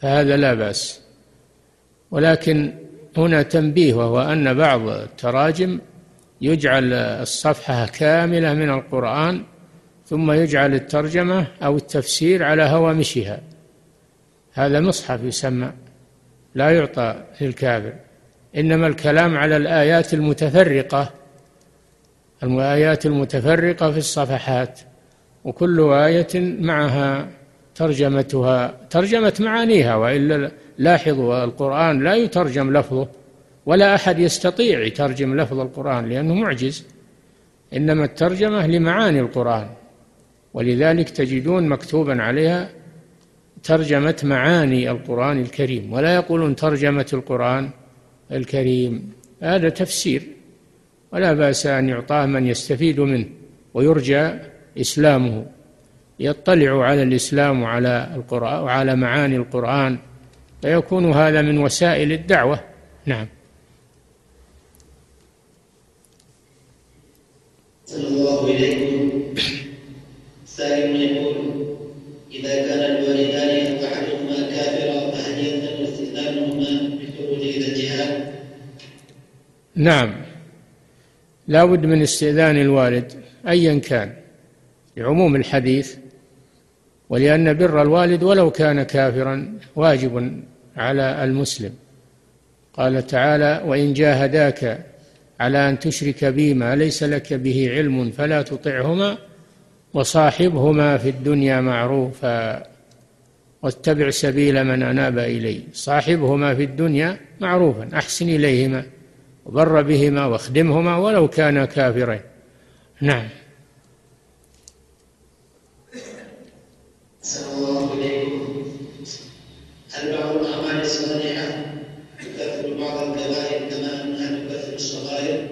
فهذا لا بأس. ولكن هنا تنبيه، وهو أن بعض التراجم يجعل الصفحة كاملة من القرآن ثم يجعل الترجمة أو التفسير على هوامشها، هذا مصحف يسمى، لا يعطى للكافر. إنما الكلام على الآيات المتفرقة، الآيات المتفرقة في الصفحات، وكل آية معها ترجمتها، ترجمة معانيها. وإلا لاحظوا القرآن لا يترجم لفظه، ولا أحد يستطيع يترجم لفظ القرآن لأنه معجز، إنما الترجمة لمعاني القرآن، ولذلك تجدون مكتوبا عليها ترجمة معاني القرآن الكريم، ولا يقولون ترجمة القرآن الكريم. هذا تفسير، ولا بأس أن يعطاه من يستفيد منه ويرجى إسلامه، يطلع على الإسلام وعلى القرآن وعلى معاني القرآن، فيكون هذا من وسائل الدعوة. نعم. صلى الله إليكم. سائل يقول: إذا كان الوالدان أو أحدهما كافرا فهل يلزم استئذانهما بالخروج إلى الجهاد؟ نعم، لا بد من استئذان الوالد أيا كان، لعموم الحديث، ولأن بر الوالد ولو كان كافرا واجب على المسلم. قال تعالى: وإن جاهداك على أن تشرك بي ما ليس لك به علم فلا تطعهما وصاحبهما في الدنيا معروفا واتبع سبيل من أناب إلي. صاحبهما في الدنيا معروفا، أحسن إليهما وبر بهما واخدمهما ولو كانا كافرين. نعم. صلى الله إليكم. هل بعض الأعمال الصالحة تكفر بعض الكبائر كما أنها تكفر الصغائر؟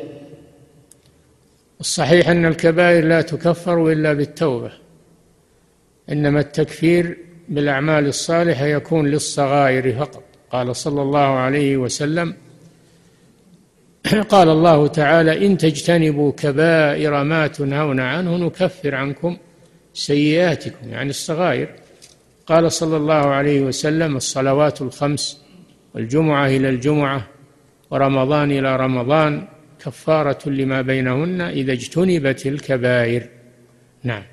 الصحيح أن الكبائر لا تكفر إلا بالتوبة، إنما التكفير بالأعمال الصالحة يكون للصغائر فقط. قال صلى الله عليه وسلم: قال الله تعالى: إن تجتنبوا كبائر ما تنهون عنه نكفر عنكم سيئاتكم، يعني الصغائر. قال صلى الله عليه وسلم: الصلوات الخمس والجمعة إلى الجمعة ورمضان إلى رمضان كفارة لما بينهن إذا اجتنبت الكبائر. نعم.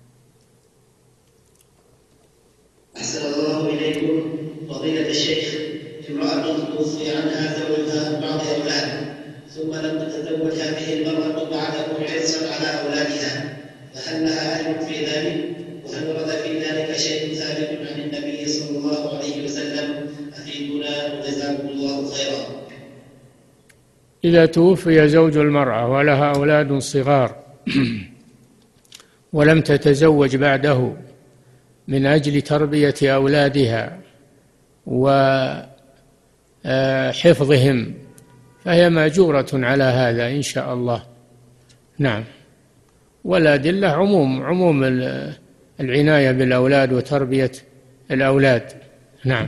أحسن الله إليكم. فضيلة الشيخ، امرأة توفي عنها زوجها بعض أولاد ثم لم تتزوج هذه المرأة بعده حرصا على أولادها، فهل لها أجر في ذلك؟ وهل ورد في ذلك شيء ثابت عن النبي صلى الله عليه وسلم؟ أفيدونا وجزاكم الله خيرا. إذا توفي زوج المرأة ولها أولاد صغار ولم تتزوج بعده من أجل تربية أولادها وحفظهم فهي مأجورة على هذا إن شاء الله. نعم. والأدلة عموم عموم العناية بالأولاد وتربية الأولاد. نعم.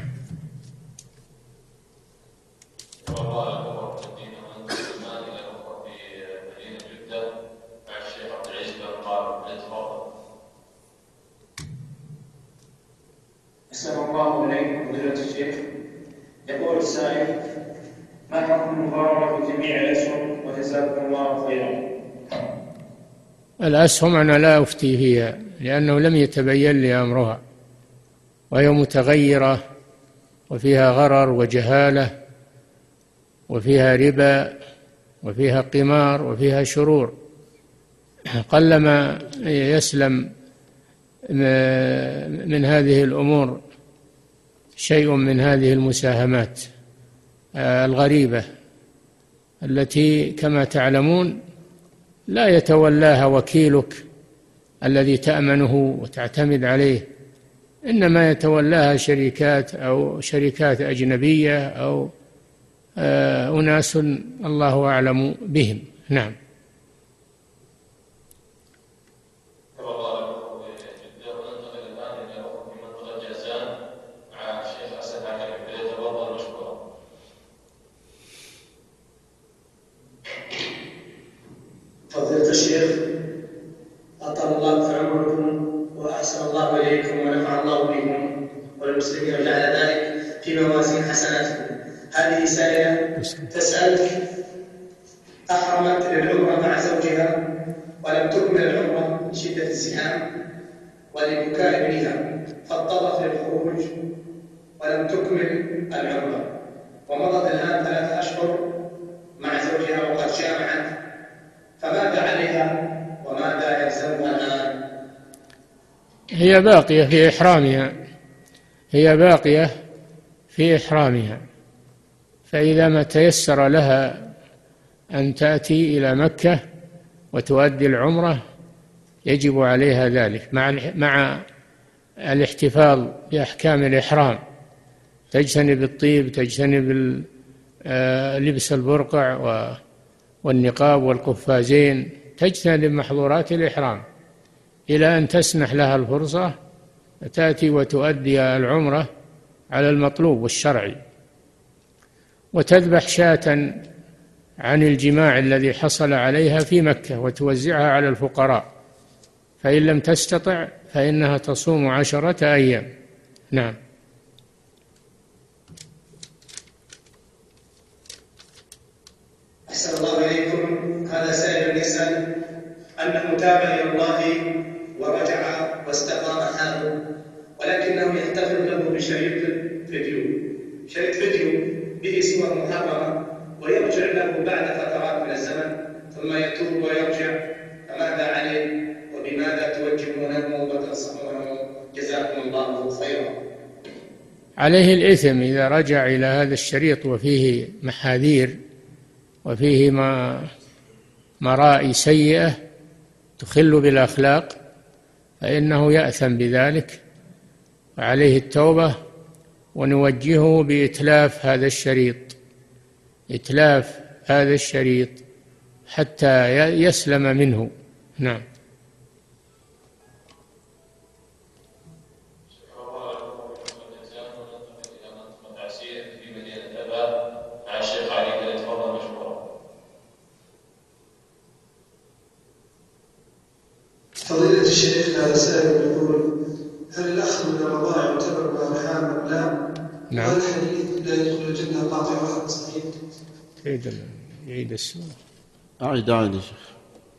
أحسن الله إليكم فضيلة الشيخ. يقول السائل: ما حكم مضاربة جميع الأسهم؟ وجزاكم الله خيرا. الأسهم أنا لا أفتي فيها لأنه لم يتبين لي أمرها، وهي متغيرة وفيها غرر وجهالة وفيها ربا وفيها قمار وفيها شرور، قلما يسلم من هذه الأمور شيء من هذه المساهمات الغريبة التي كما تعلمون لا يتولاها وكيلك الذي تأمنه وتعتمد عليه، إنما يتولاها شركات أو شركات أجنبية أو أناس الله أعلم بهم. نعم. فضيلة الشيخ، أطال الله في عمركم وأحسن الله إليكم ونفع الله بكم والمسلمين بعد ذلك. موازين حسناتكم. هذه سائلة تسألك: أحرمت للعمرة مع زوجها ولم تكمل العمرة لشدة الزحام ولبكاء ابنها، فاضطرت للخروج ولم تكمل العمرة، ومضت الآن ثلاثة أشهر مع زوجها وقد جامعت، فماذا عليها وماذا يلزمها الآن؟ هي باقية في إحرامها هي باقية في إحرامها فإذا ما تيسر لها أن تأتي إلى مكة وتؤدي العمرة يجب عليها ذلك مع مع الاحتفاظ بأحكام الإحرام، تجتنب الطيب، تجتنب لبس البرقع والنقاب والقفازين، تجتنب محظورات الإحرام إلى أن تسنح لها الفرصة تأتي وتؤدي العمرة على المطلوب والشرعي، وتذبح شاة عن الجماع الذي حصل عليها في مكة وتوزعها على الفقراء، فإن لم تستطع فإنها تصوم عشرة أيام. نعم. أحسن الله إليكم. هذا سائل يسأل أنه تاب إلى الله ورجع واستقام حاله، ولكنه يحتفل له بشريط فيديو شريط فيديو به صور محرمة، ويرجع له بعد فترات من الزمن ثم يتوب ويرجع، فماذا عليه وبماذا توجهونه وتنصحونه؟ جزاكم الله خيرا. عليه الإثم إذا رجع إلى هذا الشريط وفيه محاذير وفيه مرائي سيئة تخل بالأخلاق، فإنه يأثم بذلك، وعليه التوبة، ونوجهه بإتلاف هذا الشريط إتلاف هذا الشريط حتى يسلم منه. نعم. فضيلة الشيخ، هذا سائل يقول: هل الأخ من الرضاع يعتبر من الأرحام أم لا؟ نعم. وهل الحديث لا يدخل الجنة قاطع رحم صحيح؟ عيد عيد السؤال. أعيد أعيد يا شيخ.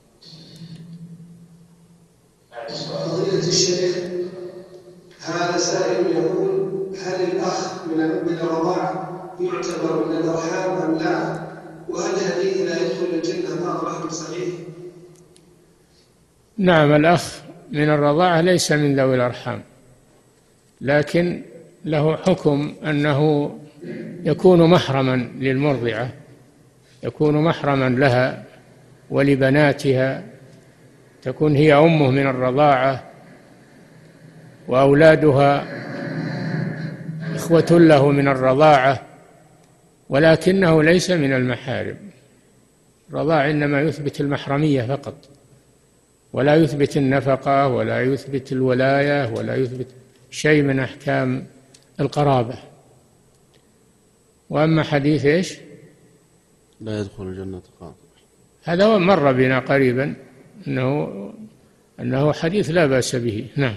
فضيلة الشيخ، هذا سائل يقول: هل الأخ من الرضاع يعتبر من الأرحام أم لا؟ وهل الحديث لا يدخل الجنة قاطع رحم صحيح؟ نعم، الأخ من الرضاعة ليس من ذوي الأرحام، لكن له حكم أنه يكون محرما للمرضعة، يكون محرما لها ولبناتها، تكون هي أمه من الرضاعة، وأولادها إخوة له من الرضاعة، ولكنه ليس من المحارم. الرضاع إنما يثبت المحرمية فقط، ولا يثبت النفقة ولا يثبت الولاية ولا يثبت شيء من أحكام القرابة. وأما حديث إيش؟ لا يدخل الجنة قاطع، هذا مر بنا قريبا أنه أنه حديث لا بأس به. نعم.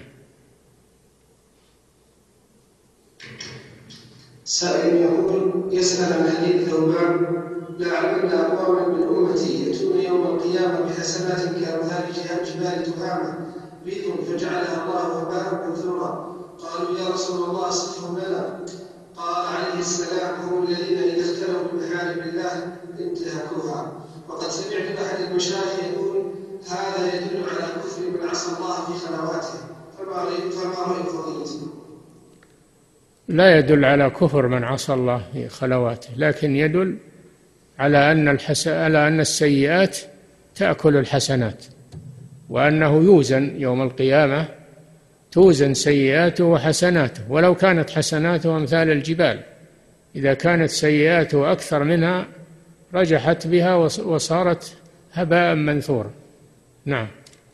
سائل يقول: يسأل عن حديث ثوبان: لأعلمن أقواما من أمتي يأتون يوم القيامة بحسنات كأمثال جبال تهامة بيض فجعلها الله هباء منثورا. قالوا: يا رسول الله صفهم لنا. قال عليه السلام: هم الذين إذا اختلوا بمحارم الله انتهكوها. وقد سمعت أحد المشايخ يقول: هذا يدل على كفر من عصى الله في خلواته، فما رأي فضيلته؟ لا يدل على كفر من عصى الله في خلواته، لكن يدل على أن الحس... على أن السيئات تأكل الحسنات، وأنه يوزن يوم القيامة، توزن سيئاته وحسناته، ولو كانت حسناته أمثال الجبال، إذا كانت سيئاته أكثر منها رجحت بها وصارت هباء منثورا. نعم.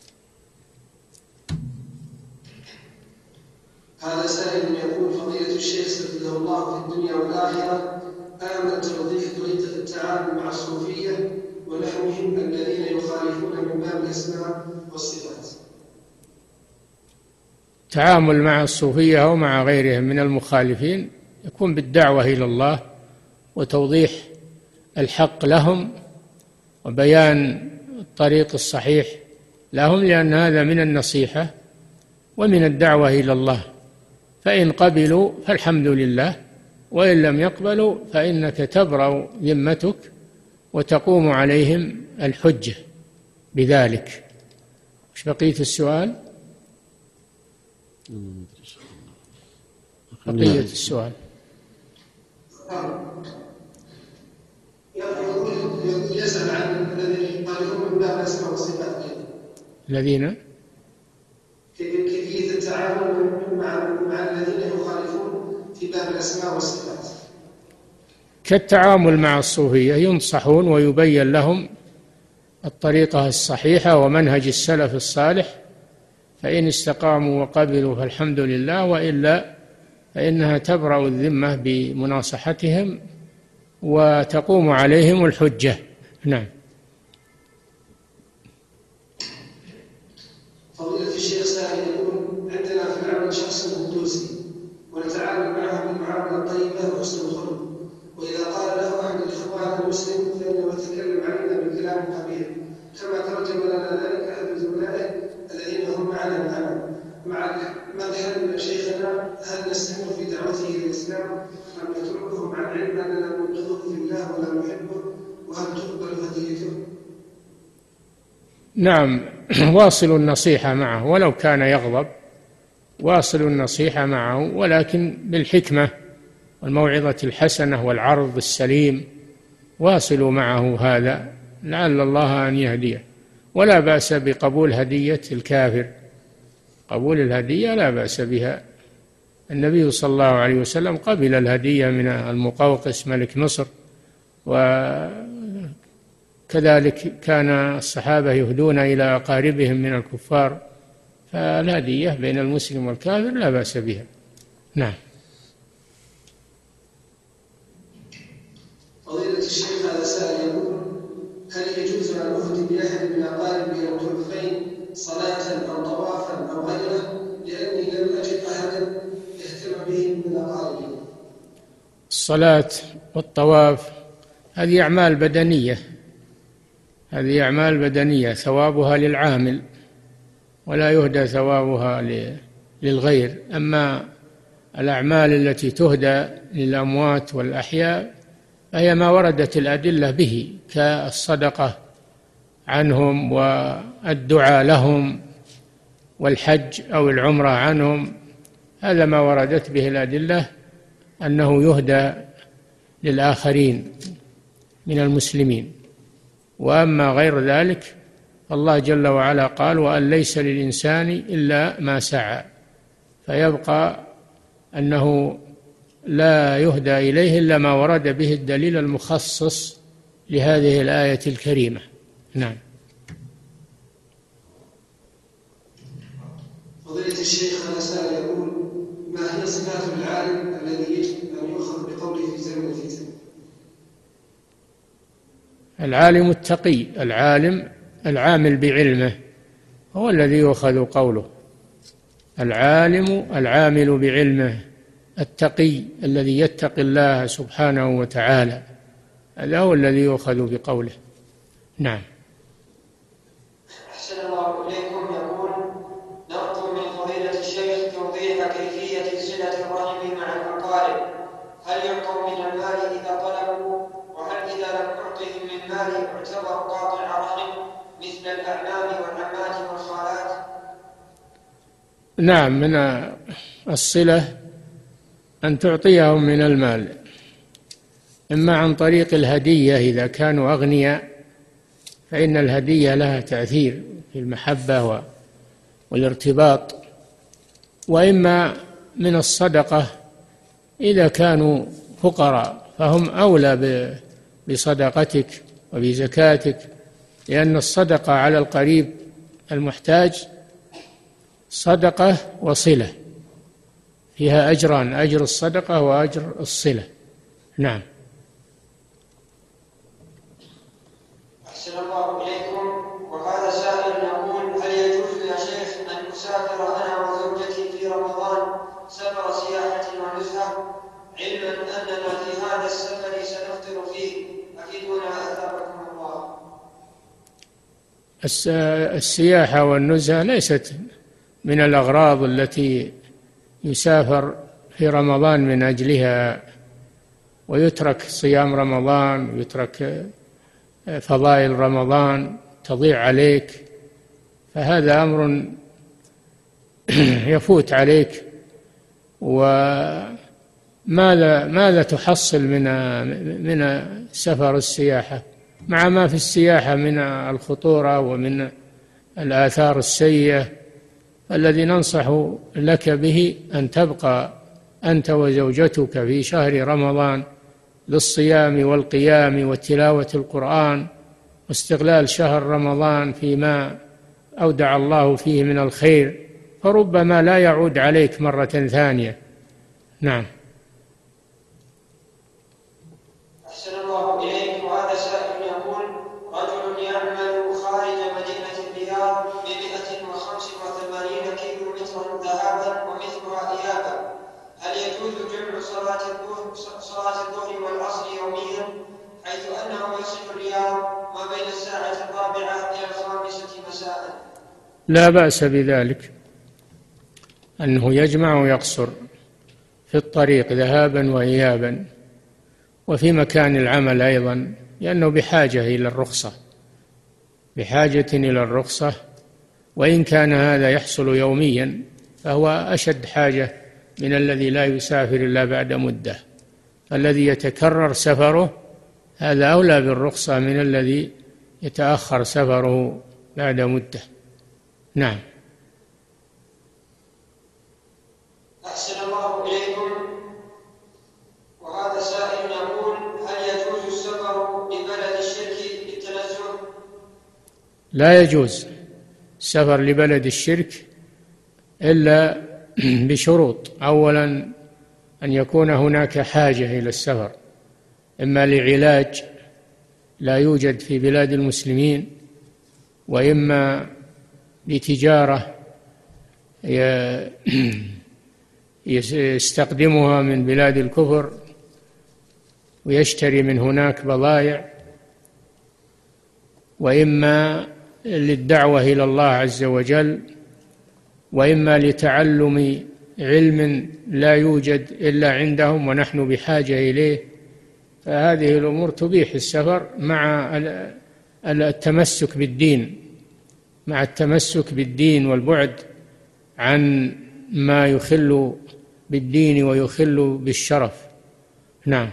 هذا سائل يقول: فضيلة الشيخ سدده الله في الدنيا والآخرة، آمنت وظيفة طريقة التعامل مع الصوفية ونحوهم الذين يخالفون من باب الأسماء والصفات. تعامل مع الصوفية أو مع غيرهم من المخالفين يكون بالدعوة إلى الله وتوضيح الحق لهم وبيان الطريق الصحيح لهم، لأن هذا من النصيحة ومن الدعوة إلى الله. فإن قبلوا فالحمد لله، وإن لم يقبلوا فإنك تبرأ ذمتك وتقوم عليهم الحجة بذلك. وش بقية السؤال؟ بقية السؤال يسأل عن الذين يقالون من باب الأسماء والصفات الذين كيفية التعامل مع مع الذين يخالفون في باب الأسماء والصفات. كالتعامل مع الصوفية، ينصحون ويبين لهم الطريقة الصحيحة ومنهج السلف الصالح، فإن استقاموا وقبلوا فالحمد لله، وإلا فإنها تبرأ الذمة بمناصحتهم وتقوم عليهم الحجة. نعم. فضيلة الشيخ سائل يقول: عندنا في العمل شخص قدوسي ونتعامل معه بالمعاملة الطيبة وحسن الخلق، وإذا قال له أحد الإخوان المسلم فإنه يتكلم علينا بكلام قبيح، كما ترجم لنا ذلك أحد زملائه الذين هم معنا بالعمل. مع ما الحل شيخنا؟ هل نستمر في دعوته إلى الإسلام أم نتركه مع العلم أننا نبغضه في الله ولا نحبه؟ وهل تقبل هديته؟ نعم، واصلوا النصيحة معه ولو كان يغضب، واصلوا النصيحة معه ولكن بالحكمة والموعظة الحسنة والعرض السليم، واصلوا معه هذا لعل الله أن يهديه. ولا بأس بقبول هدية الكافر، قبول الهدية لا بأس بها. النبي صلى الله عليه وسلم قبل الهدية من المقوقس ملك مصر، وكذلك كان الصحابة يهدون إلى أقاربهم من الكفار، فالهدية بين المسلم والكافر لا بأس بها. نعم. فضيلة الشيخ هذا سائل يقول: هل يجوز أن أهدي بأحد من أقاربي أو ضيوفين صلاة أو طوافا أو غيره، لأني لم أجد أحدا يهتم به من أقاربي؟ الصلاة والطواف هذه أعمال بدنية، هذه أعمال بدنية ثوابها للعامل ولا يهدى ثوابها للغير. أما الأعمال التي تهدى للأموات والأحياء فهي ما وردت الأدلة به، كالصدقة عنهم والدعاء لهم والحج أو العمرة عنهم، هذا ما وردت به الأدلة أنه يهدى للآخرين من المسلمين. وأما غير ذلك الله جل وعلا قال: وأن ليس للإنسان إلا ما سعى، فيبقى أنه لا يهدى إليه إلا ما ورد به الدليل المخصص لهذه الآية الكريمة. نعم. فضيلة الشيخ هذا سائل يقول: ما هي صفات العالم الذي يجب أن يؤخذ بقوله في زمن الفتن؟ العالم التقي، العالم العامل بعلمه هو الذي يؤخذ قوله. العالم العامل بعلمه التقي الذي يتقي الله سبحانه وتعالى، هذا هو الذي يؤخذ بقوله. نعم. أحسن الله إليكم. يقول: نرجو من فضيلة الشيخ توضيح كيفية صلة الرحم مع الأقارب، هل يعطوا من المال إذا طلبوا؟ وهل إذا لم أعطهم من مال اعتبر قاطع رحم مثل الأعمام والعمات والخالات؟ نعم، من الصلة أن تعطيهم من المال، إما عن طريق الهدية إذا كانوا أغنياء، فإن الهدية لها تأثير في المحبة والارتباط، وإما من الصدقة إذا كانوا فقراء، فهم أولى بصدقتك وبزكاتك، لأن الصدقة على القريب المحتاج صدقة وصلة، فيها أجران: أجر الصدقة وأجر الصلة. نعم. أحسن الله إليكم. وهذا سائل يقول: هل يجوز يا شيخ أن أسافر أنا وزوجتي في رمضان سفر سياحة ونزهة، علما السياحة والنزهة ليست من الأغراض التي يسافر في رمضان من أجلها ويترك صيام رمضان ويترك فضائل رمضان تضيع عليك، فهذا أمر يفوت عليك. وماذا ماذا تحصل من من سفر السياحة مع ما في السياحة من الخطورة ومن الآثار السيئة؟ الذي ننصح لك به أن تبقى أنت وزوجتك في شهر رمضان للصيام والقيام وتلاوة القرآن واستغلال شهر رمضان فيما أودع الله فيه من الخير، فربما لا يعود عليك مرة ثانية. نعم. أحسن الله إليك. وهذا سائل يقول: رجل يعمل خارج مدينة الرياض بمئة وخمسة وثمانين كيلو مترا ذهابا ومثلها إيابا، هل يجوز جمع صلاة الظهر صلاة الظهر والعصر يوميا، حيث أنه يصل الرياض ما بين الساعة الرابعة إلى الخامسة مساء؟ لا بأس بذلك، أنه يجمع ويقصر في الطريق ذهابا وإيابا وفي مكان العمل أيضا، لأنه بحاجة إلى الرخصة بحاجة إلى الرخصة وإن كان هذا يحصل يوميا فهو أشد حاجة من الذي لا يسافر إلا بعد مدة. الذي يتكرر سفره هذا أولى بالرخصة من الذي يتأخر سفره بعد مدة. نعم. أحسن الله إليكم. وهذا سائل يقول: هل يجوز السفر لبلد الشرك بالتنزه؟ لا يجوز السفر لبلد الشرك إلا بشروط. أولا أن يكون هناك حاجة إلى السفر، إما لعلاج لا يوجد في بلاد المسلمين، وإما لتجارة يستقدمها من بلاد الكفر ويشتري من هناك بضائع، وإما للدعوة إلى الله عز وجل، وإما لتعلم علم لا يوجد إلا عندهم ونحن بحاجة إليه. فهذه الأمور تبيح السفر مع التمسك بالدين مع التمسك بالدين والبعد عن ما يخل بالدين ويخل بالشرف. نعم.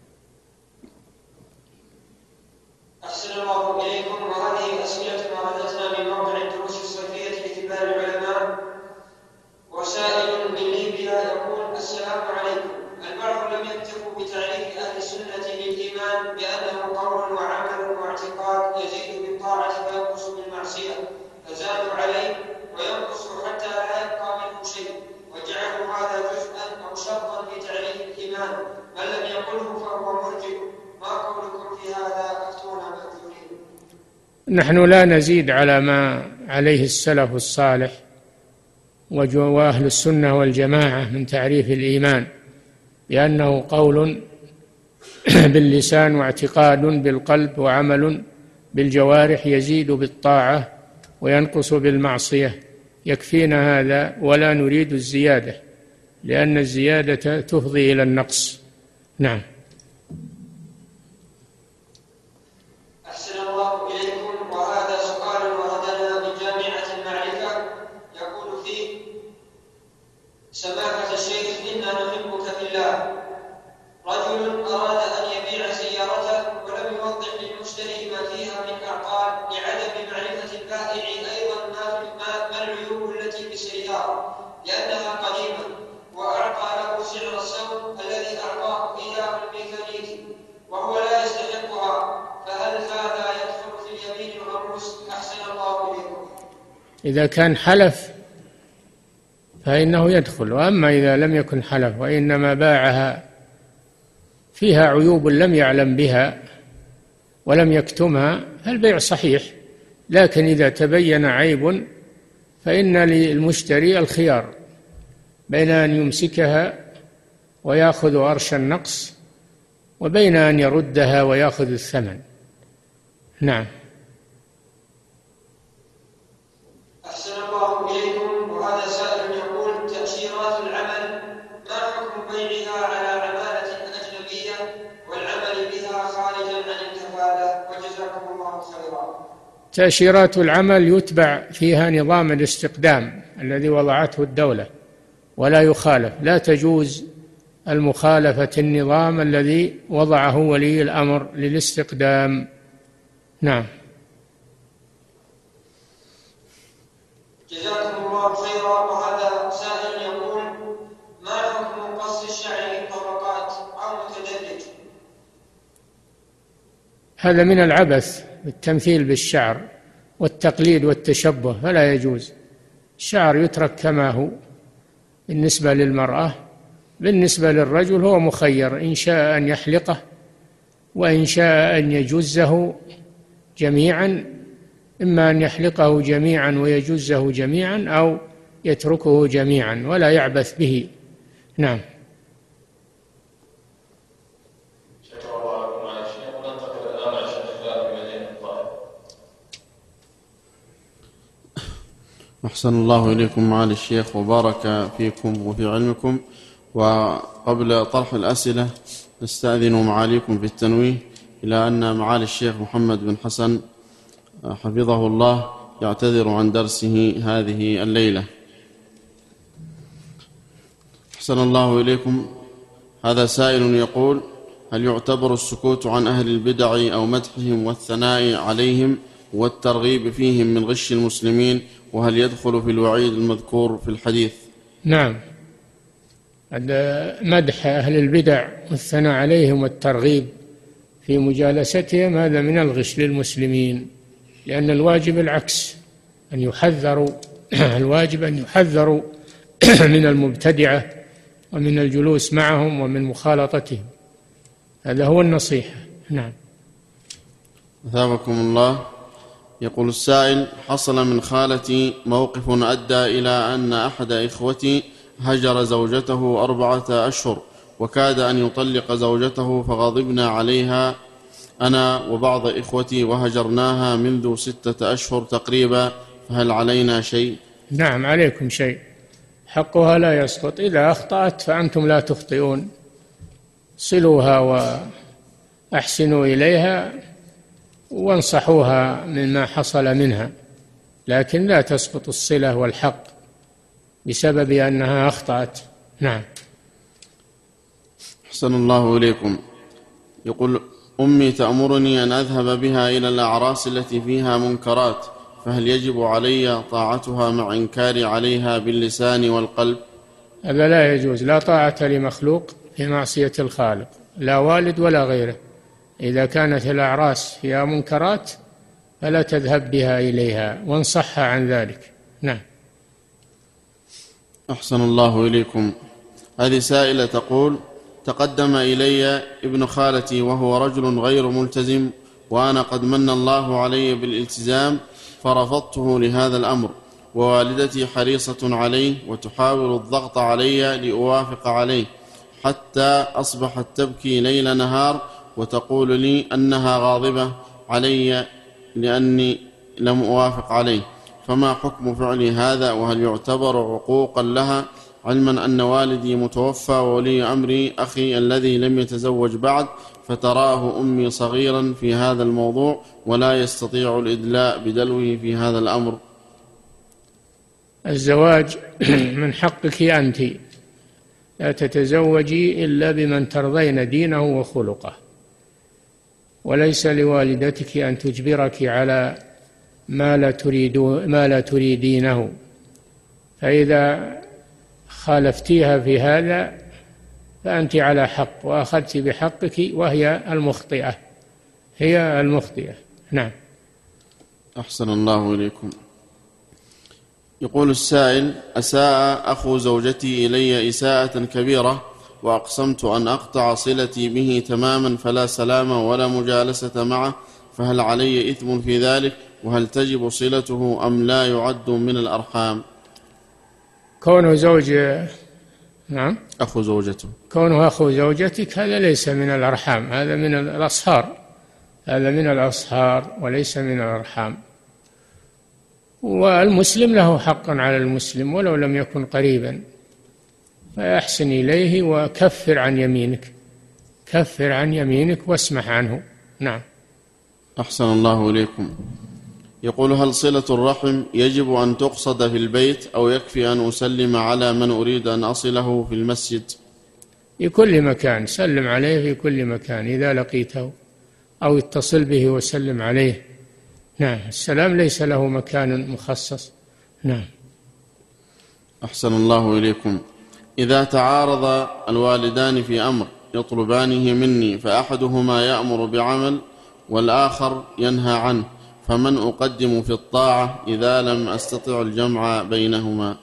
أحسن الله إليكم. وهذه أسئلة وردتنا من موقع الدروس الصيفية لكبار العلماء. وسائل من ليبيا يقول: السلام عليكم. البعض لم يكتفوا بتعريف أهل السنة للإيمان بأنه قول وعمل واعتقاد يزيد بالطاعة وينقص بالمعصية، فزادوا عليه وينقص حتى لا يبقى منه شيء، وجعلوا هذا جزءا أو شرطا في تعريف الإيمان، من لم يقله فهو مرجئ. ما قولكم في هذا؟ أفتونا مأجورين. نحن لا نزيد على ما عليه السلف الصالح وأهل السنة والجماعة من تعريف الإيمان، بأنه قول باللسان واعتقاد بالقلب وعمل بالجوارح يزيد بالطاعة وينقص بالمعصية. يكفينا هذا ولا نريد الزيادة، لأن الزيادة تفضي إلى النقص. نعم. أحسن الله إليكم. وهذا سؤال وردنا من جامعة المعرفة يقول فيه: سماحة الشيخ، إنا نحبك في الله. رجل أراد أن يبيع سيارته ولم يوضح للمشتري ما فيها من أعطال لعدم معرفة البائع أيضا ما العيوب التي بالسيارة لأنها قديمة، وأعطى له سعر الصوت الذي أعطاه إياه الميكانيكي وهو لا يستحقها، فهل هذا يدخل في اليمين الغموس؟ أحسن الله إليكم. إذا كان حلف فإنه يدخل، وأما إذا لم يكن حلف وإنما باعها فيها عيوب لم يعلم بها ولم يكتمها فالبيع صحيح. لكن إذا تبين عيب فإن للمشتري الخيار بين أن يمسكها ويأخذ أرش النقص وبين أن يردها ويأخذ الثمن. نعم. الله إليكم. وهذا سائل يقول: تأشيرات العمل ما حكم بيعها على عمالة أجنبية والعمل بها خارجا عن الكفالة؟ وجزاكم الله خيرا. تأشيرات العمل يتبع فيها نظام الاستقدام الذي وضعته الدولة ولا يخالف، لا تجوز المخالفة النظام الذي وضعه ولي الأمر للاستقدام. نعم. جزاكم الله خيرا. وهذا سائل يقول: ما حكم قص الشعر طبقات أو متدرج؟ هذا من العبث بالتمثيل بالشعر والتقليد والتشبه، فلا يجوز. الشعر يترك كما هو بالنسبة للمرأة. بالنسبة للرجل هو مخير، إن شاء أن يحلقه وإن شاء أن يجزه جميعا، إما أن يحلقه جميعا ويجزه جميعا أو يتركه جميعا ولا يعبث به. نعم. شكرا الله لكم على الشيخ. وننتقل الآن مع الشيخ خالد بن مدين الطاهر. أحسن الله إليكم معالي الشيخ وبارك فيكم وفي علمكم. وقبل طرح الأسئلة نستأذن معاليكم في التنويه إلى أن معالي الشيخ محمد بن حسن حفظه الله يعتذر عن درسه هذه الليلة. أحسن الله إليكم. هذا سائل يقول: هل يعتبر السكوت عن أهل البدع أو مدحهم والثناء عليهم والترغيب فيهم من غش المسلمين؟ وهل يدخل في الوعيد المذكور في الحديث؟ نعم، مدح أهل البدع والثناء عليهم والترغيب في مجالستهم هذا من الغش للمسلمين، لأن الواجب العكس، أن يحذروا الواجب أن يحذروا من المبتدعة ومن الجلوس معهم ومن مخالطتهم. هذا هو النصيحة. نعم. أثابكم الله. يقول السائل: حصل من خالتي موقف أدى إلى أن أحد إخوتي هجر زوجته أربعة أشهر وكاد أن يطلق زوجته، فغضبنا عليها أنا وبعض إخوتي وهجرناها منذ ستة أشهر تقريبا، فهل علينا شيء؟ نعم، عليكم شيء، حقها لا يسقط. إذا أخطأت فأنتم لا تخطئون، صلوها وأحسنوا إليها وانصحوها مما حصل منها، لكن لا تسقط الصلة والحق بسبب أنها أخطأت. نعم. أحسن الله إليكم. يقول: أمي تأمرني أن أذهب بها إلى الأعراس التي فيها منكرات، فهل يجب علي طاعتها مع إنكاري عليها باللسان والقلب؟ هذا لا يجوز، لا طاعة لمخلوق في معصية الخالق، لا والد ولا غيره. إذا كانت الأعراس فيها منكرات فلا تذهب بها إليها، وانصحها عن ذلك. نعم. أحسن الله إليكم. هذه سائلة تقول: تقدم إلي ابن خالتي وهو رجل غير ملتزم، وأنا قد من الله علي بالالتزام فرفضته لهذا الأمر، ووالدتي حريصة عليه وتحاول الضغط علي لأوافق عليه، حتى أصبحت تبكي ليل نهار وتقول لي أنها غاضبة علي لأني لم أوافق عليه، فما حكم فعلي هذا؟ وهل يعتبر عقوقا لها، علما أن والدي متوفى وولي أمري أخي الذي لم يتزوج بعد، فتراه أمي صغيرا في هذا الموضوع ولا يستطيع الإدلاء بدلوه في هذا الأمر؟ الزواج من حقك أنت، لا تتزوجي إلا بمن ترضين دينه وخلقه، وليس لوالدتك أن تجبرك على ما لا تريد ما لا تريدينه. فإذا خالفتيها في هذا فأنت على حق وأخذت بحقك، وهي المخطئة، هي المخطئة. نعم. أحسن الله إليكم. يقول السائل: أساء أخو زوجتي إلي إساءة كبيرة، وأقسمت أن أقطع صلتي به تماما فلا سلام ولا مجالسة معه، فهل علي إثم في ذلك؟ وهل تجب صلته أم لا يعد من الأرحام؟ كونه زوج نعم أخو زوجته كونه أخو زوجتك هذا ليس من الأرحام، هذا من الأصهار، هذا من الأصهار وليس من الأرحام. والمسلم له حق على المسلم ولو لم يكن قريبا، فأحسن إليه وكفر عن يمينك، كفر عن يمينك واسمح عنه. نعم. أحسن الله إليكم. يقول: هل صلة الرحم يجب أن تقصد في البيت أو يكفي أن أسلم على من أريد أن أصله في المسجد؟ في كل مكان، سلم عليه في كل مكان إذا لقيته، أو اتصل به وسلم عليه. نعم، السلام ليس له مكان مخصص. نعم. أحسن الله إليكم. إذا تعارض الوالدان في أمر يطلبانه مني فأحدهما يأمر بعمل والآخر ينهى عنه، فمن أقدم في الطاعة إذا لم أستطع الجمع بينهما؟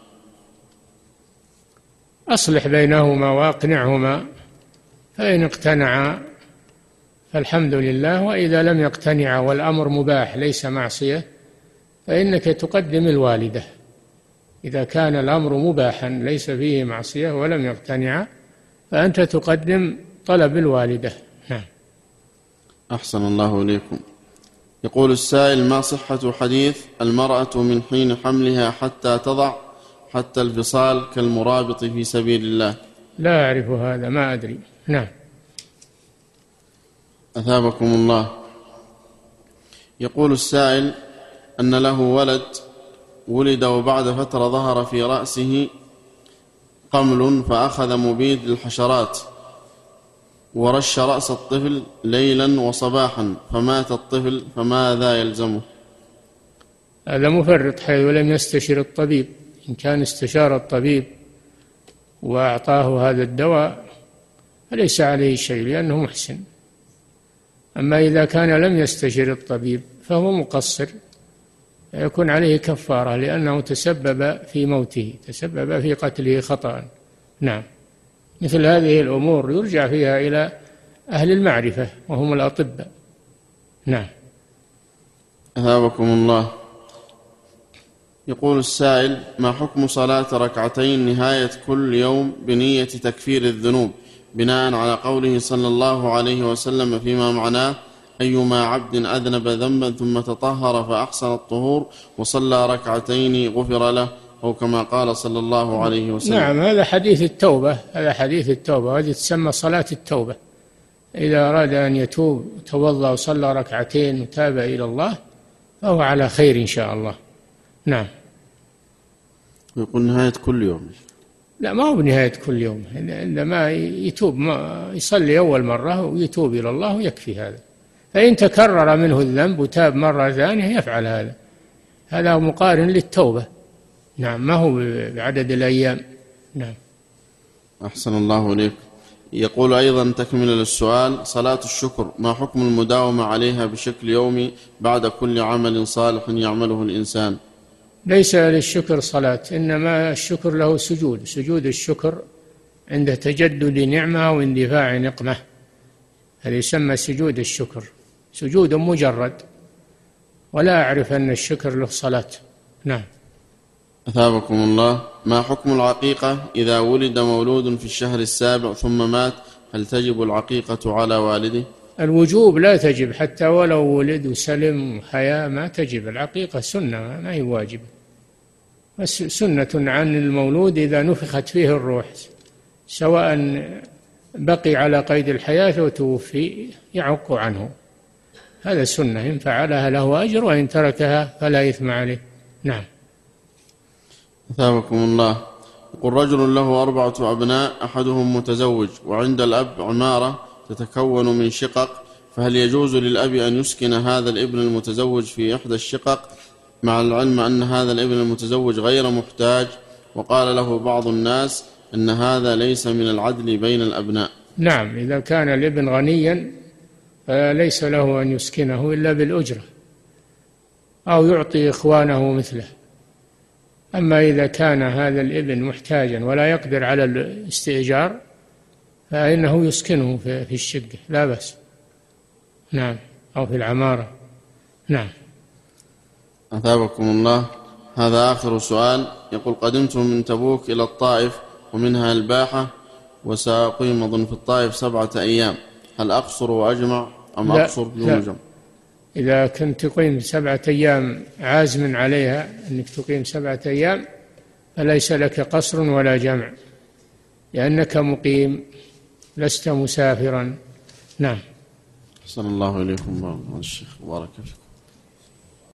أصلح بينهما وأقنعهما، فإن اقتنعا فالحمد لله، وإذا لم يقتنعا والأمر مباح ليس معصية فإنك تقدم الوالدة. إذا كان الأمر مباحا ليس فيه معصية ولم يقتنعا فأنت تقدم طلب الوالدة. نعم. أحسن الله إليكم. يقول السائل: ما صحة حديث المرأة من حين حملها حتى تضع حتى الفصال كالمرابط في سبيل الله؟ لا أعرف هذا، ما أدري. نعم. أثابكم الله. يقول السائل أن له ولد ولد وبعد فترة ظهر في رأسه قمل فأخذ مبيد للحشرات ورش رأس الطفل ليلا وصباحا فمات الطفل، فماذا يلزمه؟ هذا مفرط حيث لم يستشر الطبيب. إن كان استشار الطبيب وأعطاه هذا الدواء فليس عليه شيء لأنه محسن. أما إذا كان لم يستشر الطبيب فهو مقصر، يكون عليه كفارة لأنه تسبب في موته، تسبب في قتله خطأ. نعم. مثل هذه الأمور يرجع فيها إلى أهل المعرفة وهم الأطباء. نعم. أثابكم الله. يقول السائل: ما حكم صلاة ركعتين نهاية كل يوم بنية تكفير الذنوب بناء على قوله صلى الله عليه وسلم فيما معناه: أيما عبد أذنب ذنبا ثم تطهر فأحسن الطهور وصلى ركعتين غفر له، أو كما قال صلى الله عليه وسلم؟ نعم، هذا حديث التوبة، هذا حديث التوبة، هذه تسمى صلاة التوبة. إذا أراد أن يتوب توضأ وصلى ركعتين وتاب إلى الله فهو على خير إن شاء الله. نعم. يقول نهاية كل يوم؟ لا، ما هو بنهاية كل يوم، عندما يتوب، ما يصلي أول مرة ويتوب إلى الله ويكفي هذا. فإن تكرر منه الذنب وتاب مرة ثانية يفعل هذا، هذا مقارن للتوبة. نعم، ما هو بعدد الأيام. نعم. أحسن الله إليك. يقول أيضا تكمل للسؤال: صلاة الشكر ما حكم المداومة عليها بشكل يومي بعد كل عمل صالح يعمله الإنسان؟ ليس للشكر صلاة، إنما الشكر له سجود، سجود الشكر عند تجدد نعمة واندفاع نقمة، هذا يسمى سجود الشكر، سجود مجرد، ولا أعرف أن الشكر له صلاة. نعم. أثابكم الله. ما حكم العقيقة إذا ولد مولود في الشهر السابع ثم مات، هل تجب العقيقة على والده؟ الوجوب لا تجب، حتى ولو ولد وسلم حياة ما تجب. العقيقة سنة ما هي واجبة، بس سنة عن المولود إذا نفخت فيه الروح، سواء بقي على قيد الحياة وتوفي يعق عنه، هذا سنة، إن فعلها له أجر وإن تركها فلا إثم عليه. نعم. أثابكم الله. يقول رجل له أربعة أبناء أحدهم متزوج وعند الأب عمارة تتكون من شقق، فهل يجوز للأب أن يسكن هذا الابن المتزوج في إحدى الشقق مع العلم أن هذا الابن المتزوج غير محتاج؟ وقال له بعض الناس أن هذا ليس من العدل بين الأبناء. نعم، إذا كان الابن غنيا فليس له أن يسكنه إلا بالأجرة أو يعطي إخوانه مثله. أما إذا كان هذا الابن محتاجا ولا يقدر على الاستئجار فإنه يسكنه في الشقة لا بأس. نعم، أو في العمارة. نعم. أثابكم الله. هذا آخر سؤال. يقول قدمت من تبوك إلى الطائف ومنها الباحة وسأقيم أظن في الطائف سبعة أيام، هل أقصر وأجمع أم لا أقصر بدون جمع؟ إذا كنت تقيم سبعة أيام عازم عليها أنك تقيم سبعة أيام فليس لك قصر ولا جمع، لأنك مقيم لست مسافرا. نعم. أحسن الله إليكم الشيخ، بارك فيكم.